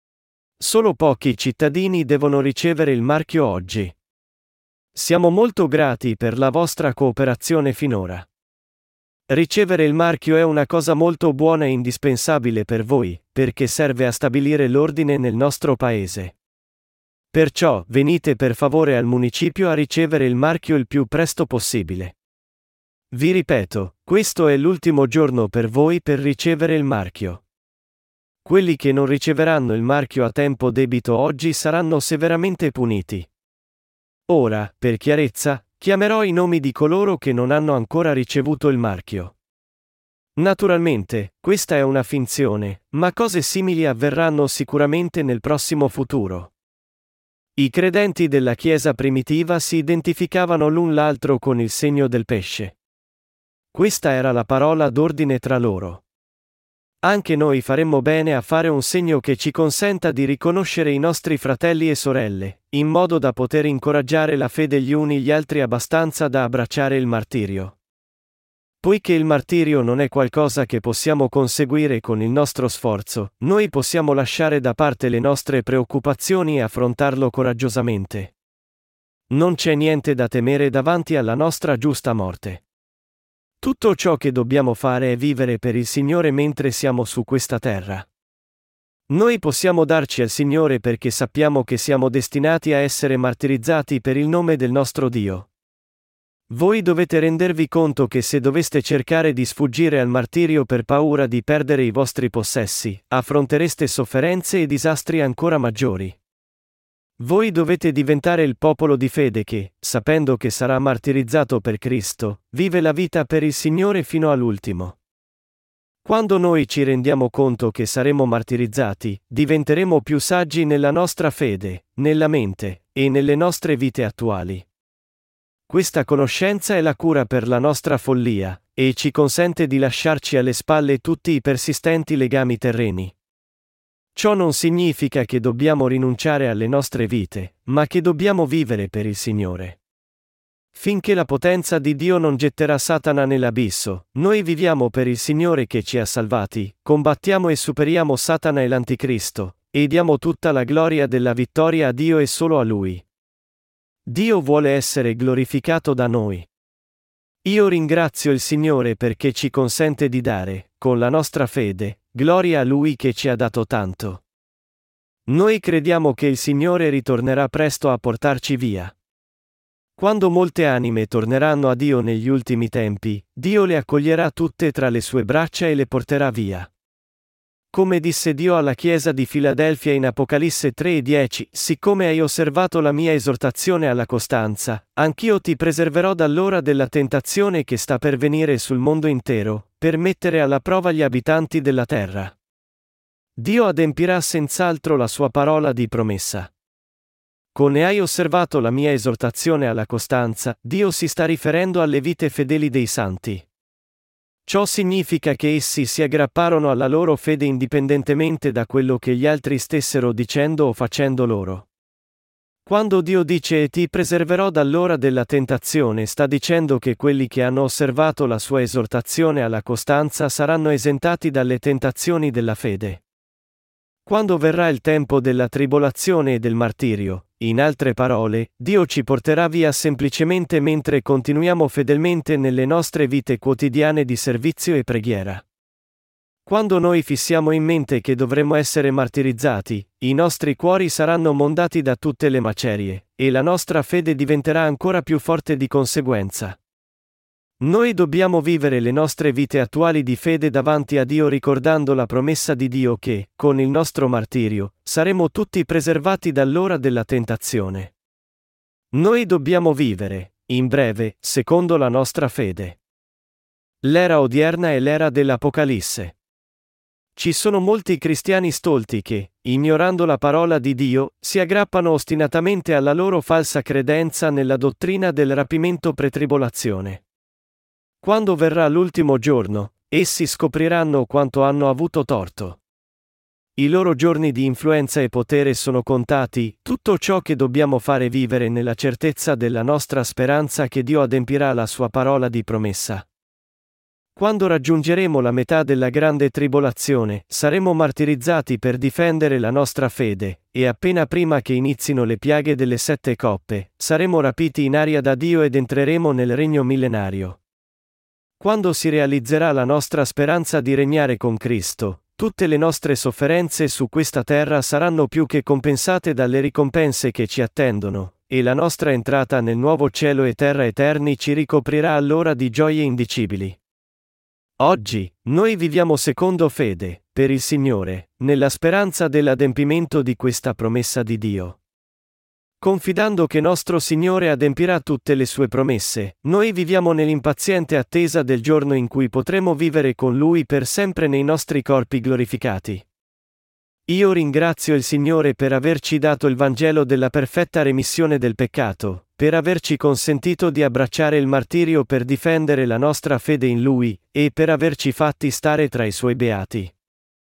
Solo pochi cittadini devono ricevere il marchio oggi. Siamo molto grati per la vostra cooperazione finora. Ricevere il marchio è una cosa molto buona e indispensabile per voi, perché serve a stabilire l'ordine nel nostro paese. Perciò, venite per favore al municipio a ricevere il marchio il più presto possibile. Vi ripeto, questo è l'ultimo giorno per voi per ricevere il marchio. Quelli che non riceveranno il marchio a tempo debito oggi saranno severamente puniti. Ora, per chiarezza, chiamerò i nomi di coloro che non hanno ancora ricevuto il marchio. Naturalmente, questa è una finzione, ma cose simili avverranno sicuramente nel prossimo futuro. I credenti della Chiesa primitiva si identificavano l'un l'altro con il segno del pesce. Questa era la parola d'ordine tra loro. Anche noi faremmo bene a fare un segno che ci consenta di riconoscere i nostri fratelli e sorelle, in modo da poter incoraggiare la fede gli uni gli altri abbastanza da abbracciare il martirio. Poiché il martirio non è qualcosa che possiamo conseguire con il nostro sforzo, noi possiamo lasciare da parte le nostre preoccupazioni e affrontarlo coraggiosamente. Non c'è niente da temere davanti alla nostra giusta morte. Tutto ciò che dobbiamo fare è vivere per il Signore mentre siamo su questa terra. Noi possiamo darci al Signore perché sappiamo che siamo destinati a essere martirizzati per il nome del nostro Dio. Voi dovete rendervi conto che se doveste cercare di sfuggire al martirio per paura di perdere i vostri possessi, affrontereste sofferenze e disastri ancora maggiori. Voi dovete diventare il popolo di fede che, sapendo che sarà martirizzato per Cristo, vive la vita per il Signore fino all'ultimo. Quando noi ci rendiamo conto che saremo martirizzati, diventeremo più saggi nella nostra fede, nella mente, e nelle nostre vite attuali. Questa conoscenza è la cura per la nostra follia, e ci consente di lasciarci alle spalle tutti i persistenti legami terreni. Ciò non significa che dobbiamo rinunciare alle nostre vite, ma che dobbiamo vivere per il Signore. Finché la potenza di Dio non getterà Satana nell'abisso, noi viviamo per il Signore che ci ha salvati, combattiamo e superiamo Satana e l'Anticristo, e diamo tutta la gloria della vittoria a Dio e solo a Lui. Dio vuole essere glorificato da noi. Io ringrazio il Signore perché ci consente di dare, con la nostra fede, gloria a Lui che ci ha dato tanto. Noi crediamo che il Signore ritornerà presto a portarci via. Quando molte anime torneranno a Dio negli ultimi tempi, Dio le accoglierà tutte tra le sue braccia e le porterà via. Come disse Dio alla Chiesa di Filadelfia in Apocalisse tre e dieci, siccome hai osservato la mia esortazione alla costanza, anch'io ti preserverò dall'ora della tentazione che sta per venire sul mondo intero, per mettere alla prova gli abitanti della terra. Dio adempirà senz'altro la sua parola di promessa. Come hai osservato la mia esortazione alla costanza, Dio si sta riferendo alle vite fedeli dei santi. Ciò significa che essi si aggrapparono alla loro fede indipendentemente da quello che gli altri stessero dicendo o facendo loro. Quando Dio dice ti preserverò dall'ora della tentazione, sta dicendo che quelli che hanno osservato la sua esortazione alla costanza saranno esentati dalle tentazioni della fede. Quando verrà il tempo della tribolazione e del martirio, in altre parole, Dio ci porterà via semplicemente mentre continuiamo fedelmente nelle nostre vite quotidiane di servizio e preghiera. Quando noi fissiamo in mente che dovremo essere martirizzati, i nostri cuori saranno mondati da tutte le macerie, e la nostra fede diventerà ancora più forte di conseguenza. Noi dobbiamo vivere le nostre vite attuali di fede davanti a Dio ricordando la promessa di Dio che, con il nostro martirio, saremo tutti preservati dall'ora della tentazione. Noi dobbiamo vivere, in breve, secondo la nostra fede. L'era odierna è l'era dell'Apocalisse. Ci sono molti cristiani stolti che, ignorando la parola di Dio, si aggrappano ostinatamente alla loro falsa credenza nella dottrina del rapimento pretribolazione. Quando verrà l'ultimo giorno, essi scopriranno quanto hanno avuto torto. I loro giorni di influenza e potere sono contati, tutto ciò che dobbiamo fare è vivere nella certezza della nostra speranza che Dio adempirà la sua parola di promessa. Quando raggiungeremo la metà della grande tribolazione, saremo martirizzati per difendere la nostra fede, e appena prima che inizino le piaghe delle sette coppe, saremo rapiti in aria da Dio ed entreremo nel regno millenario. Quando si realizzerà la nostra speranza di regnare con Cristo, tutte le nostre sofferenze su questa terra saranno più che compensate dalle ricompense che ci attendono, e la nostra entrata nel nuovo cielo e terra eterni ci ricoprirà allora di gioie indicibili. Oggi, noi viviamo secondo fede, per il Signore, nella speranza dell'adempimento di questa promessa di Dio. Confidando che nostro Signore adempirà tutte le sue promesse, noi viviamo nell'impaziente attesa del giorno in cui potremo vivere con Lui per sempre nei nostri corpi glorificati. Io ringrazio il Signore per averci dato il Vangelo della perfetta remissione del peccato, per averci consentito di abbracciare il martirio per difendere la nostra fede in Lui, e per averci fatti stare tra i Suoi beati.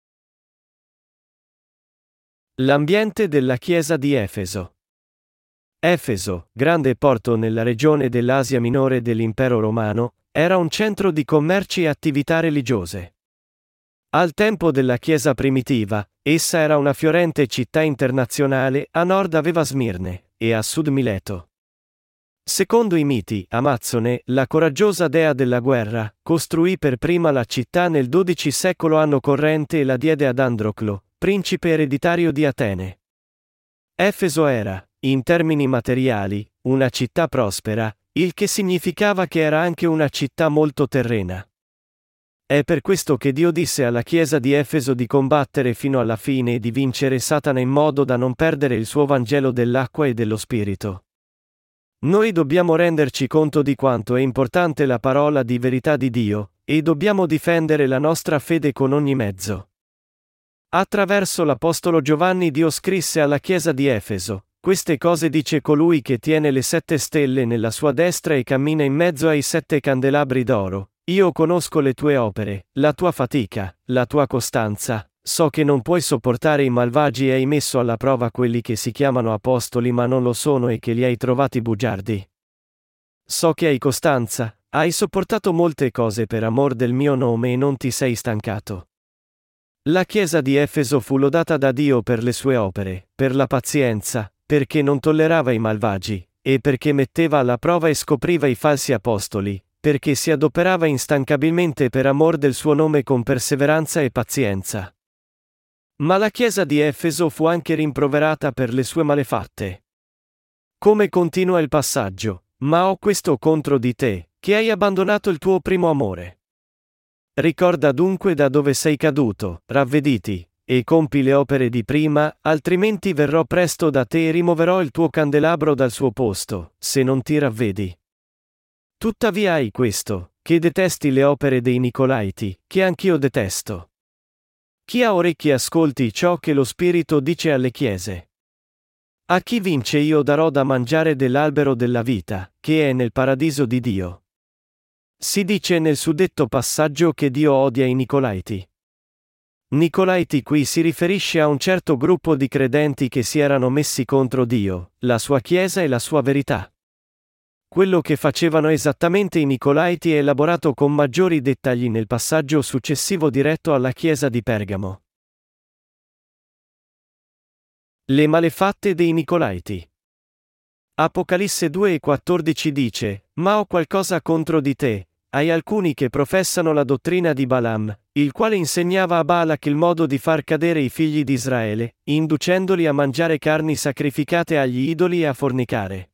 L'ambiente della Chiesa di Efeso. Efeso, grande porto nella regione dell'Asia Minore dell'Impero Romano, era un centro di commerci e attività religiose. Al tempo della Chiesa primitiva, essa era una fiorente città internazionale, a nord aveva Smirne, e a sud Mileto. Secondo i miti, Amazzone, la coraggiosa dea della guerra, costruì per prima la città nel dodicesimo secolo anno corrente e la diede ad Androclo, principe ereditario di Atene. Efeso era, in termini materiali, una città prospera, il che significava che era anche una città molto terrena. È per questo che Dio disse alla Chiesa di Efeso di combattere fino alla fine e di vincere Satana in modo da non perdere il suo Vangelo dell'acqua e dello Spirito. Noi dobbiamo renderci conto di quanto è importante la parola di verità di Dio, e dobbiamo difendere la nostra fede con ogni mezzo. Attraverso l'Apostolo Giovanni Dio scrisse alla Chiesa di Efeso: queste cose dice colui che tiene le sette stelle nella sua destra e cammina in mezzo ai sette candelabri d'oro. Io conosco le tue opere, la tua fatica, la tua costanza, so che non puoi sopportare i malvagi e hai messo alla prova quelli che si chiamano apostoli ma non lo sono e che li hai trovati bugiardi. So che hai costanza, hai sopportato molte cose per amor del mio nome e non ti sei stancato. La Chiesa di Efeso fu lodata da Dio per le sue opere, per la pazienza, perché non tollerava i malvagi, e perché metteva alla prova e scopriva i falsi apostoli, perché si adoperava instancabilmente per amor del suo nome con perseveranza e pazienza. Ma la Chiesa di Efeso fu anche rimproverata per le sue malefatte. Come continua il passaggio: ma ho questo contro di te, che hai abbandonato il tuo primo amore. Ricorda dunque da dove sei caduto, ravvediti, e compi le opere di prima, altrimenti verrò presto da te e rimuoverò il tuo candelabro dal suo posto, se non ti ravvedi. Tuttavia hai questo, che detesti le opere dei Nicolaiti, che anch'io detesto. Chi ha orecchi ascolti ciò che lo Spirito dice alle chiese. A chi vince io darò da mangiare dell'albero della vita, che è nel paradiso di Dio. Si dice nel suddetto passaggio che Dio odia i Nicolaiti. Nicolaiti qui si riferisce a un certo gruppo di credenti che si erano messi contro Dio, la sua Chiesa e la sua verità. Quello che facevano esattamente i Nicolaiti è elaborato con maggiori dettagli nel passaggio successivo diretto alla Chiesa di Pergamo. Le malefatte dei Nicolaiti. Apocalisse due e quattordici dice: ma ho qualcosa contro di te, hai alcuni che professano la dottrina di Balaam, il quale insegnava a Balak il modo di far cadere i figli di Israele, inducendoli a mangiare carni sacrificate agli idoli e a fornicare.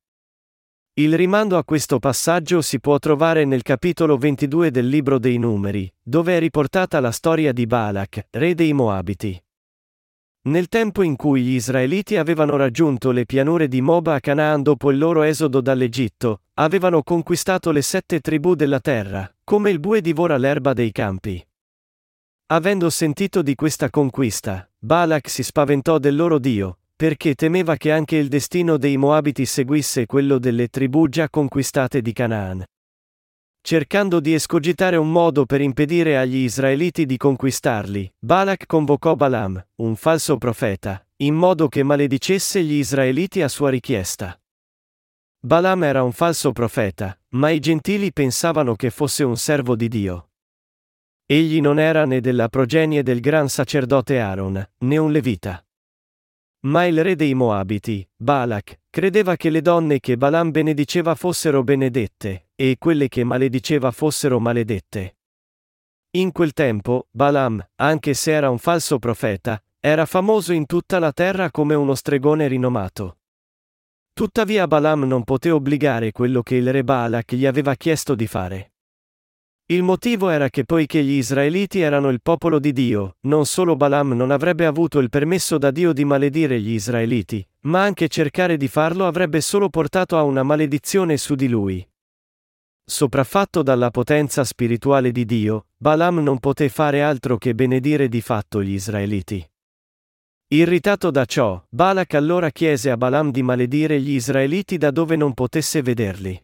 Il rimando a questo passaggio si può trovare nel capitolo ventidue del libro dei Numeri, dove è riportata la storia di Balak, re dei Moabiti. Nel tempo in cui gli Israeliti avevano raggiunto le pianure di Moab a Canaan dopo il loro esodo dall'Egitto, avevano conquistato le sette tribù della terra, come il bue divora l'erba dei campi. Avendo sentito di questa conquista, Balak si spaventò del loro Dio, perché temeva che anche il destino dei Moabiti seguisse quello delle tribù già conquistate di Canaan. Cercando di escogitare un modo per impedire agli Israeliti di conquistarli, Balak convocò Balaam, un falso profeta, in modo che maledicesse gli Israeliti a sua richiesta. Balaam era un falso profeta, ma i gentili pensavano che fosse un servo di Dio. Egli non era né della progenie del gran sacerdote Aaron, né un levita. Ma il re dei Moabiti, Balak, credeva che le donne che Balaam benediceva fossero benedette, e quelle che malediceva fossero maledette. In quel tempo, Balaam, anche se era un falso profeta, era famoso in tutta la terra come uno stregone rinomato. Tuttavia Balaam non poté obbligare quello che il re Balak gli aveva chiesto di fare. Il motivo era che poiché gli Israeliti erano il popolo di Dio, non solo Balaam non avrebbe avuto il permesso da Dio di maledire gli Israeliti, ma anche cercare di farlo avrebbe solo portato a una maledizione su di lui. Sopraffatto dalla potenza spirituale di Dio, Balaam non poté fare altro che benedire di fatto gli Israeliti. Irritato da ciò, Balak allora chiese a Balaam di maledire gli Israeliti da dove non potesse vederli.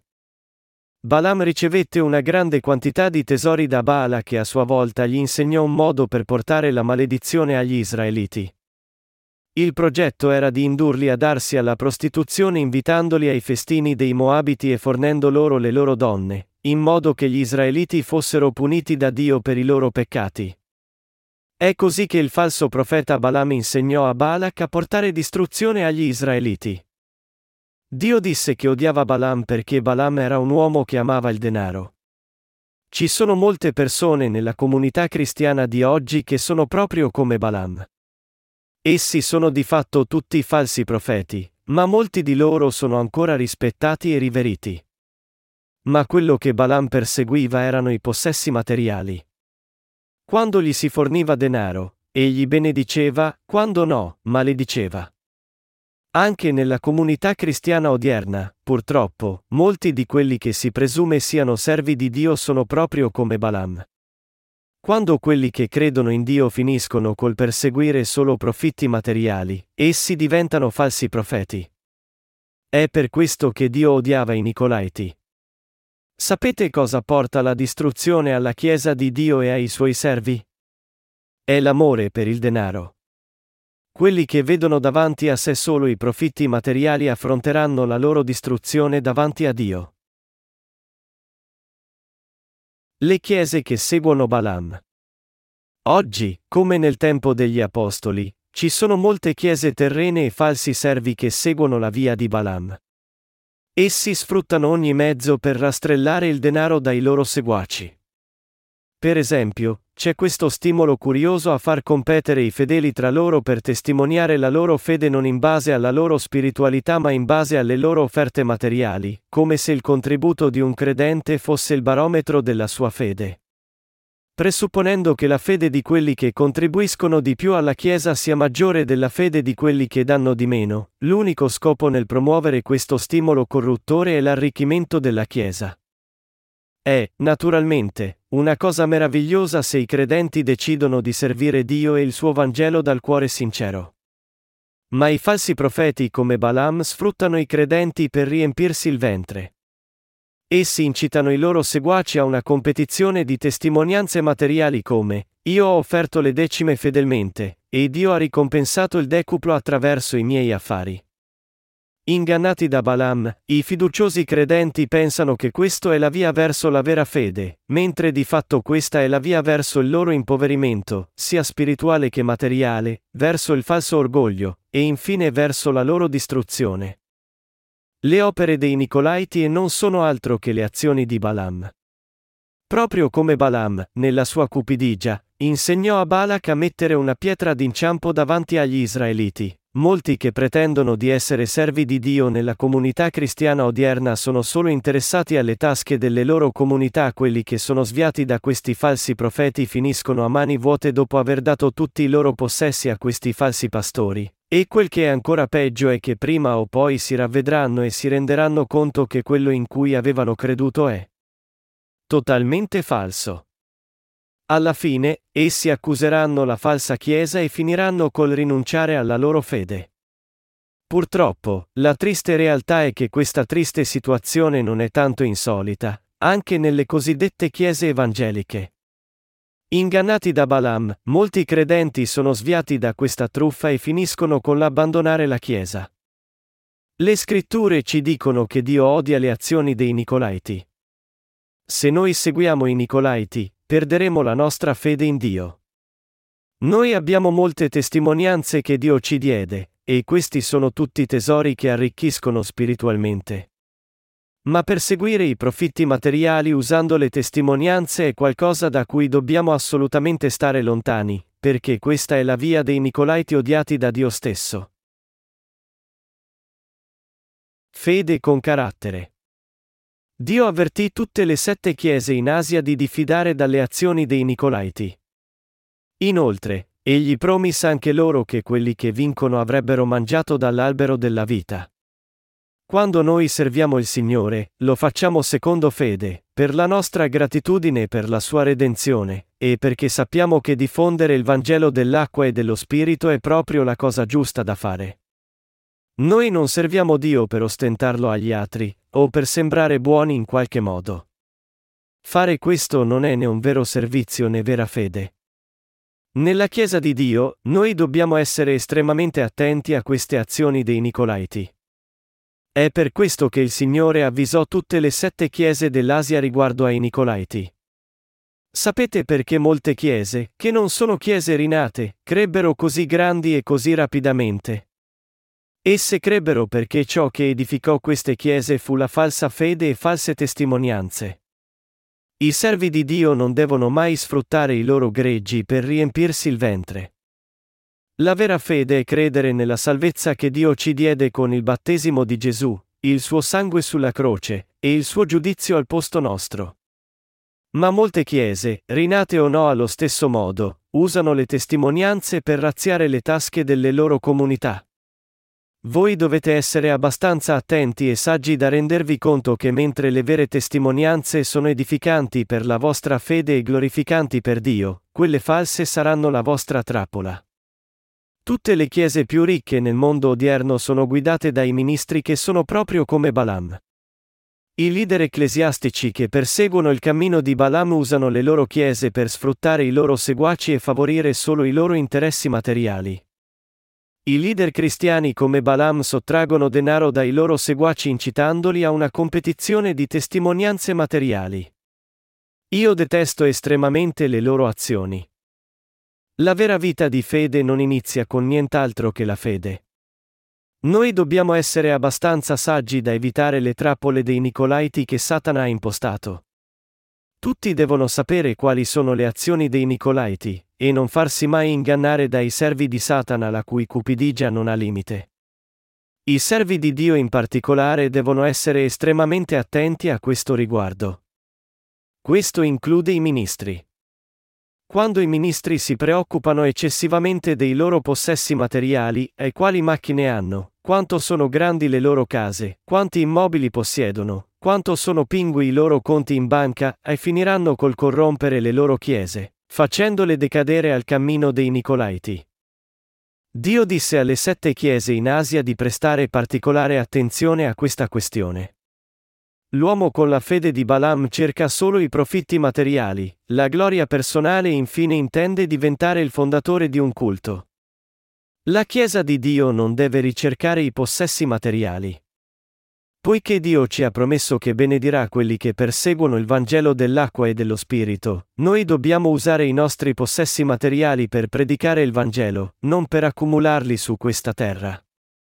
Balaam ricevette una grande quantità di tesori da Balak e a sua volta gli insegnò un modo per portare la maledizione agli Israeliti. Il progetto era di indurli a darsi alla prostituzione invitandoli ai festini dei Moabiti e fornendo loro le loro donne, in modo che gli israeliti fossero puniti da Dio per i loro peccati. È così che il falso profeta Balaam insegnò a Balak a portare distruzione agli israeliti. Dio disse che odiava Balaam perché Balaam era un uomo che amava il denaro. Ci sono molte persone nella comunità cristiana di oggi che sono proprio come Balaam. Essi sono di fatto tutti falsi profeti, ma molti di loro sono ancora rispettati e riveriti. Ma quello che Balaam perseguiva erano i possessi materiali. Quando gli si forniva denaro, egli benediceva, quando no, malediceva. Anche nella comunità cristiana odierna, purtroppo, molti di quelli che si presume siano servi di Dio sono proprio come Balaam. Quando quelli che credono in Dio finiscono col perseguire solo profitti materiali, essi diventano falsi profeti. È per questo che Dio odiava i Nicolaiti. Sapete cosa porta la distruzione alla Chiesa di Dio e ai suoi servi? È l'amore per il denaro. Quelli che vedono davanti a sé solo i profitti materiali affronteranno la loro distruzione davanti a Dio. Le chiese che seguono Balaam. Oggi, come nel tempo degli Apostoli, ci sono molte chiese terrene e falsi servi che seguono la via di Balaam. Essi sfruttano ogni mezzo per rastrellare il denaro dai loro seguaci. Per esempio, c'è questo stimolo curioso a far competere i fedeli tra loro per testimoniare la loro fede non in base alla loro spiritualità ma in base alle loro offerte materiali, come se il contributo di un credente fosse il barometro della sua fede. Presupponendo che la fede di quelli che contribuiscono di più alla Chiesa sia maggiore della fede di quelli che danno di meno, l'unico scopo nel promuovere questo stimolo corruttore è l'arricchimento della Chiesa. È, naturalmente, una cosa meravigliosa se i credenti decidono di servire Dio e il suo Vangelo dal cuore sincero. Ma i falsi profeti come Balaam sfruttano i credenti per riempirsi il ventre. Essi incitano i loro seguaci a una competizione di testimonianze materiali come: io ho offerto le decime fedelmente, e Dio ha ricompensato il decuplo attraverso i miei affari. Ingannati da Balaam, i fiduciosi credenti pensano che questo è la via verso la vera fede, mentre di fatto questa è la via verso il loro impoverimento, sia spirituale che materiale, verso il falso orgoglio, e infine verso la loro distruzione. Le opere dei Nicolaiti non sono altro che le azioni di Balaam. Proprio come Balaam, nella sua cupidigia, insegnò a Balak a mettere una pietra d'inciampo davanti agli israeliti. Molti che pretendono di essere servi di Dio nella comunità cristiana odierna sono solo interessati alle tasche delle loro comunità. Quelli che sono sviati da questi falsi profeti finiscono a mani vuote dopo aver dato tutti i loro possessi a questi falsi pastori, e quel che è ancora peggio è che prima o poi si ravvedranno e si renderanno conto che quello in cui avevano creduto è totalmente falso. Alla fine, essi accuseranno la falsa Chiesa e finiranno col rinunciare alla loro fede. Purtroppo, la triste realtà è che questa triste situazione non è tanto insolita, anche nelle cosiddette chiese evangeliche. Ingannati da Balaam, molti credenti sono sviati da questa truffa e finiscono con l'abbandonare la Chiesa. Le scritture ci dicono che Dio odia le azioni dei Nicolaiti. Se noi seguiamo i Nicolaiti, perderemo la nostra fede in Dio. Noi abbiamo molte testimonianze che Dio ci diede, e questi sono tutti tesori che arricchiscono spiritualmente. Ma perseguire i profitti materiali usando le testimonianze è qualcosa da cui dobbiamo assolutamente stare lontani, perché questa è la via dei Nicolaiti odiati da Dio stesso. Fede con carattere. Dio avvertì tutte le sette chiese in Asia di diffidare dalle azioni dei Nicolaiti. Inoltre, egli promise anche loro che quelli che vincono avrebbero mangiato dall'albero della vita. Quando noi serviamo il Signore, lo facciamo secondo fede, per la nostra gratitudine per la sua redenzione, e perché sappiamo che diffondere il Vangelo dell'acqua e dello Spirito è proprio la cosa giusta da fare. Noi non serviamo Dio per ostentarlo agli altri, o per sembrare buoni in qualche modo. Fare questo non è né un vero servizio né vera fede. Nella Chiesa di Dio, noi dobbiamo essere estremamente attenti a queste azioni dei Nicolaiti. È per questo che il Signore avvisò tutte le sette chiese dell'Asia riguardo ai Nicolaiti. Sapete perché molte chiese, che non sono chiese rinate, crebbero così grandi e così rapidamente? Esse crebbero perché ciò che edificò queste chiese fu la falsa fede e false testimonianze. I servi di Dio non devono mai sfruttare i loro greggi per riempirsi il ventre. La vera fede è credere nella salvezza che Dio ci diede con il battesimo di Gesù, il suo sangue sulla croce, e il suo giudizio al posto nostro. Ma molte chiese, rinate o no allo stesso modo, usano le testimonianze per razziare le tasche delle loro comunità. Voi dovete essere abbastanza attenti e saggi da rendervi conto che mentre le vere testimonianze sono edificanti per la vostra fede e glorificanti per Dio, quelle false saranno la vostra trappola. Tutte le chiese più ricche nel mondo odierno sono guidate dai ministri che sono proprio come Balaam. I leader ecclesiastici che perseguono il cammino di Balaam usano le loro chiese per sfruttare i loro seguaci e favorire solo i loro interessi materiali. I leader cristiani come Balaam sottraggono denaro dai loro seguaci incitandoli a una competizione di testimonianze materiali. Io detesto estremamente le loro azioni. La vera vita di fede non inizia con nient'altro che la fede. Noi dobbiamo essere abbastanza saggi da evitare le trappole dei Nicolaiti che Satana ha impostato. Tutti devono sapere quali sono le azioni dei Nicolaiti, e non farsi mai ingannare dai servi di Satana la cui cupidigia non ha limite. I servi di Dio in particolare devono essere estremamente attenti a questo riguardo. Questo include i ministri. Quando i ministri si preoccupano eccessivamente dei loro possessi materiali, e quali macchine hanno, quanto sono grandi le loro case, quanti immobili possiedono, quanto sono pingui i loro conti in banca, e finiranno col corrompere le loro chiese, facendole decadere al cammino dei Nicolaiti. Dio disse alle sette chiese in Asia di prestare particolare attenzione a questa questione. L'uomo con la fede di Balaam cerca solo i profitti materiali, la gloria personale e infine intende diventare il fondatore di un culto. La Chiesa di Dio non deve ricercare i possessi materiali. Poiché Dio ci ha promesso che benedirà quelli che perseguono il Vangelo dell'acqua e dello Spirito, noi dobbiamo usare i nostri possessi materiali per predicare il Vangelo, non per accumularli su questa terra.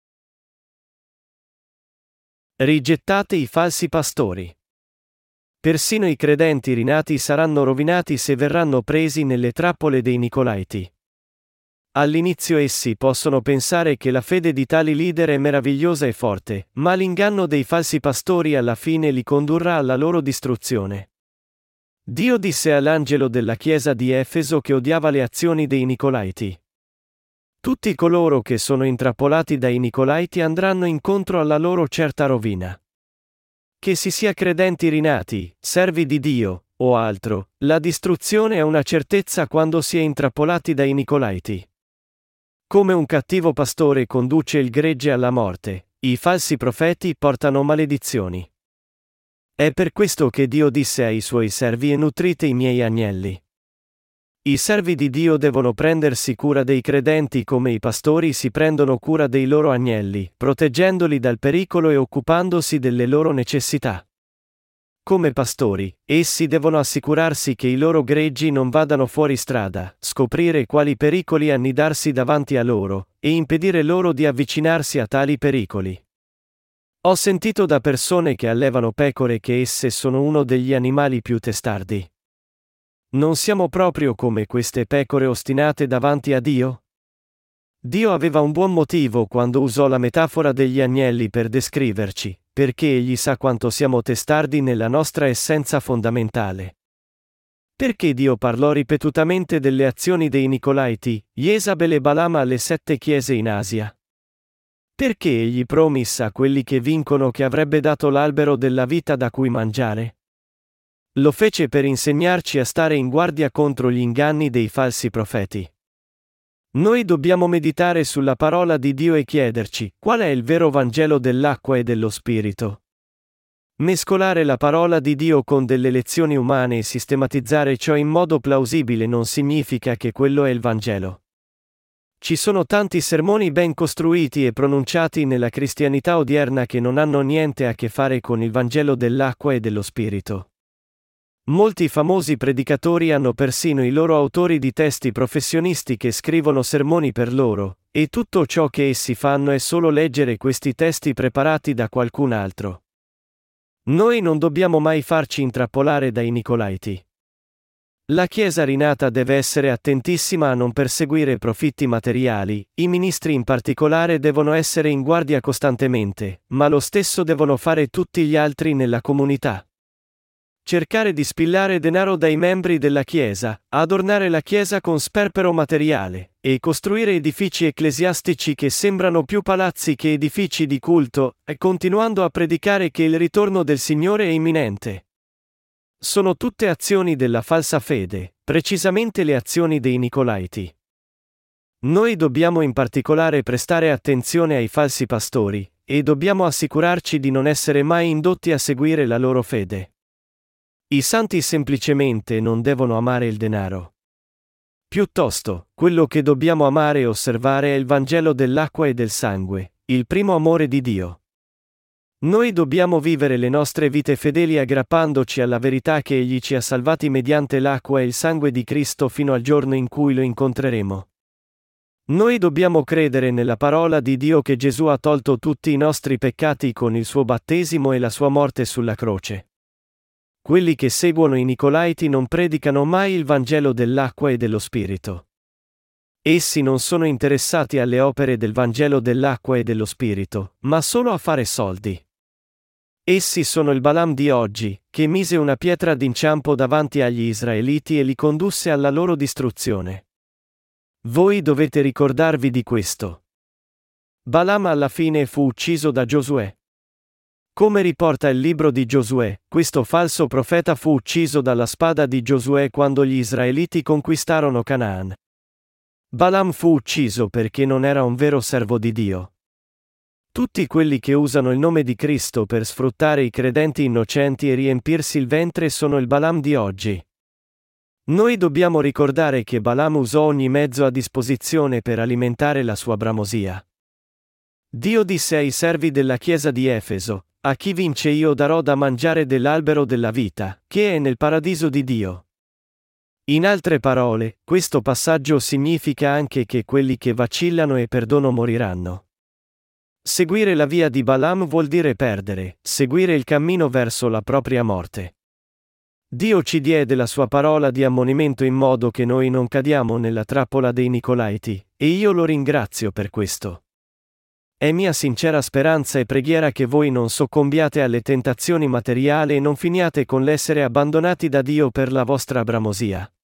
Rigettate i falsi pastori. Persino i credenti rinati saranno rovinati se verranno presi nelle trappole dei Nicolaiti. All'inizio essi possono pensare che la fede di tali leader è meravigliosa e forte, ma l'inganno dei falsi pastori alla fine li condurrà alla loro distruzione. Dio disse all'angelo della chiesa di Efeso che odiava le azioni dei Nicolaiti. Tutti coloro che sono intrappolati dai Nicolaiti andranno incontro alla loro certa rovina. Che si sia credenti rinati, servi di Dio, o altro, la distruzione è una certezza quando si è intrappolati dai Nicolaiti. Come un cattivo pastore conduce il gregge alla morte, i falsi profeti portano maledizioni. È per questo che Dio disse ai suoi servi: e nutrite i miei agnelli. I servi di Dio devono prendersi cura dei credenti come i pastori si prendono cura dei loro agnelli, proteggendoli dal pericolo e occupandosi delle loro necessità. Come pastori, essi devono assicurarsi che i loro greggi non vadano fuori strada, scoprire quali pericoli annidarsi davanti a loro, e impedire loro di avvicinarsi a tali pericoli. Ho sentito da persone che allevano pecore che esse sono uno degli animali più testardi. Non siamo proprio come queste pecore ostinate davanti a Dio? Dio aveva un buon motivo quando usò la metafora degli agnelli per descriverci, perché Egli sa quanto siamo testardi nella nostra essenza fondamentale. Perché Dio parlò ripetutamente delle azioni dei Nicolaiti, Jezabel e Balaam alle sette chiese in Asia? Perché Egli promissa a quelli che vincono che avrebbe dato l'albero della vita da cui mangiare? Lo fece per insegnarci a stare in guardia contro gli inganni dei falsi profeti. Noi dobbiamo meditare sulla parola di Dio e chiederci: qual è il vero Vangelo dell'acqua e dello Spirito? Mescolare la parola di Dio con delle lezioni umane e sistematizzare ciò in modo plausibile non significa che quello è il Vangelo. Ci sono tanti sermoni ben costruiti e pronunciati nella cristianità odierna che non hanno niente a che fare con il Vangelo dell'acqua e dello Spirito. Molti famosi predicatori hanno persino i loro autori di testi professionisti che scrivono sermoni per loro, e tutto ciò che essi fanno è solo leggere questi testi preparati da qualcun altro. Noi non dobbiamo mai farci intrappolare dai Nicolaiti. La Chiesa rinata deve essere attentissima a non perseguire profitti materiali, i ministri in particolare devono essere in guardia costantemente, ma lo stesso devono fare tutti gli altri nella comunità. Cercare di spillare denaro dai membri della Chiesa, adornare la Chiesa con sperpero materiale, e costruire edifici ecclesiastici che sembrano più palazzi che edifici di culto, e continuando a predicare che il ritorno del Signore è imminente. Sono tutte azioni della falsa fede, precisamente le azioni dei Nicolaiti. Noi dobbiamo in particolare prestare attenzione ai falsi pastori, e dobbiamo assicurarci di non essere mai indotti a seguire la loro fede. I santi semplicemente non devono amare il denaro. Piuttosto, quello che dobbiamo amare e osservare è il Vangelo dell'acqua e del sangue, il primo amore di Dio. Noi dobbiamo vivere le nostre vite fedeli aggrappandoci alla verità che Egli ci ha salvati mediante l'acqua e il sangue di Cristo fino al giorno in cui lo incontreremo. Noi dobbiamo credere nella parola di Dio che Gesù ha tolto tutti i nostri peccati con il suo battesimo e la sua morte sulla croce. Quelli che seguono i Nicolaiti non predicano mai il Vangelo dell'acqua e dello Spirito. Essi non sono interessati alle opere del Vangelo dell'acqua e dello Spirito, ma solo a fare soldi. Essi sono il Balaam di oggi, che mise una pietra d'inciampo davanti agli Israeliti e li condusse alla loro distruzione. Voi dovete ricordarvi di questo. Balaam alla fine fu ucciso da Giosuè. Come riporta il libro di Giosuè, questo falso profeta fu ucciso dalla spada di Giosuè quando gli Israeliti conquistarono Canaan. Balaam fu ucciso perché non era un vero servo di Dio. Tutti quelli che usano il nome di Cristo per sfruttare i credenti innocenti e riempirsi il ventre sono il Balaam di oggi. Noi dobbiamo ricordare che Balaam usò ogni mezzo a disposizione per alimentare la sua bramosia. Dio disse ai servi della chiesa di Efeso: a chi vince io darò da mangiare dell'albero della vita, che è nel paradiso di Dio. In altre parole, questo passaggio significa anche che quelli che vacillano e perdono moriranno. Seguire la via di Balaam vuol dire perdere, seguire il cammino verso la propria morte. Dio ci diede la sua parola di ammonimento in modo che noi non cadiamo nella trappola dei Nicolaiti, e io lo ringrazio per questo. È mia sincera speranza e preghiera che voi non soccombiate alle tentazioni materiali e non finiate con l'essere abbandonati da Dio per la vostra bramosia.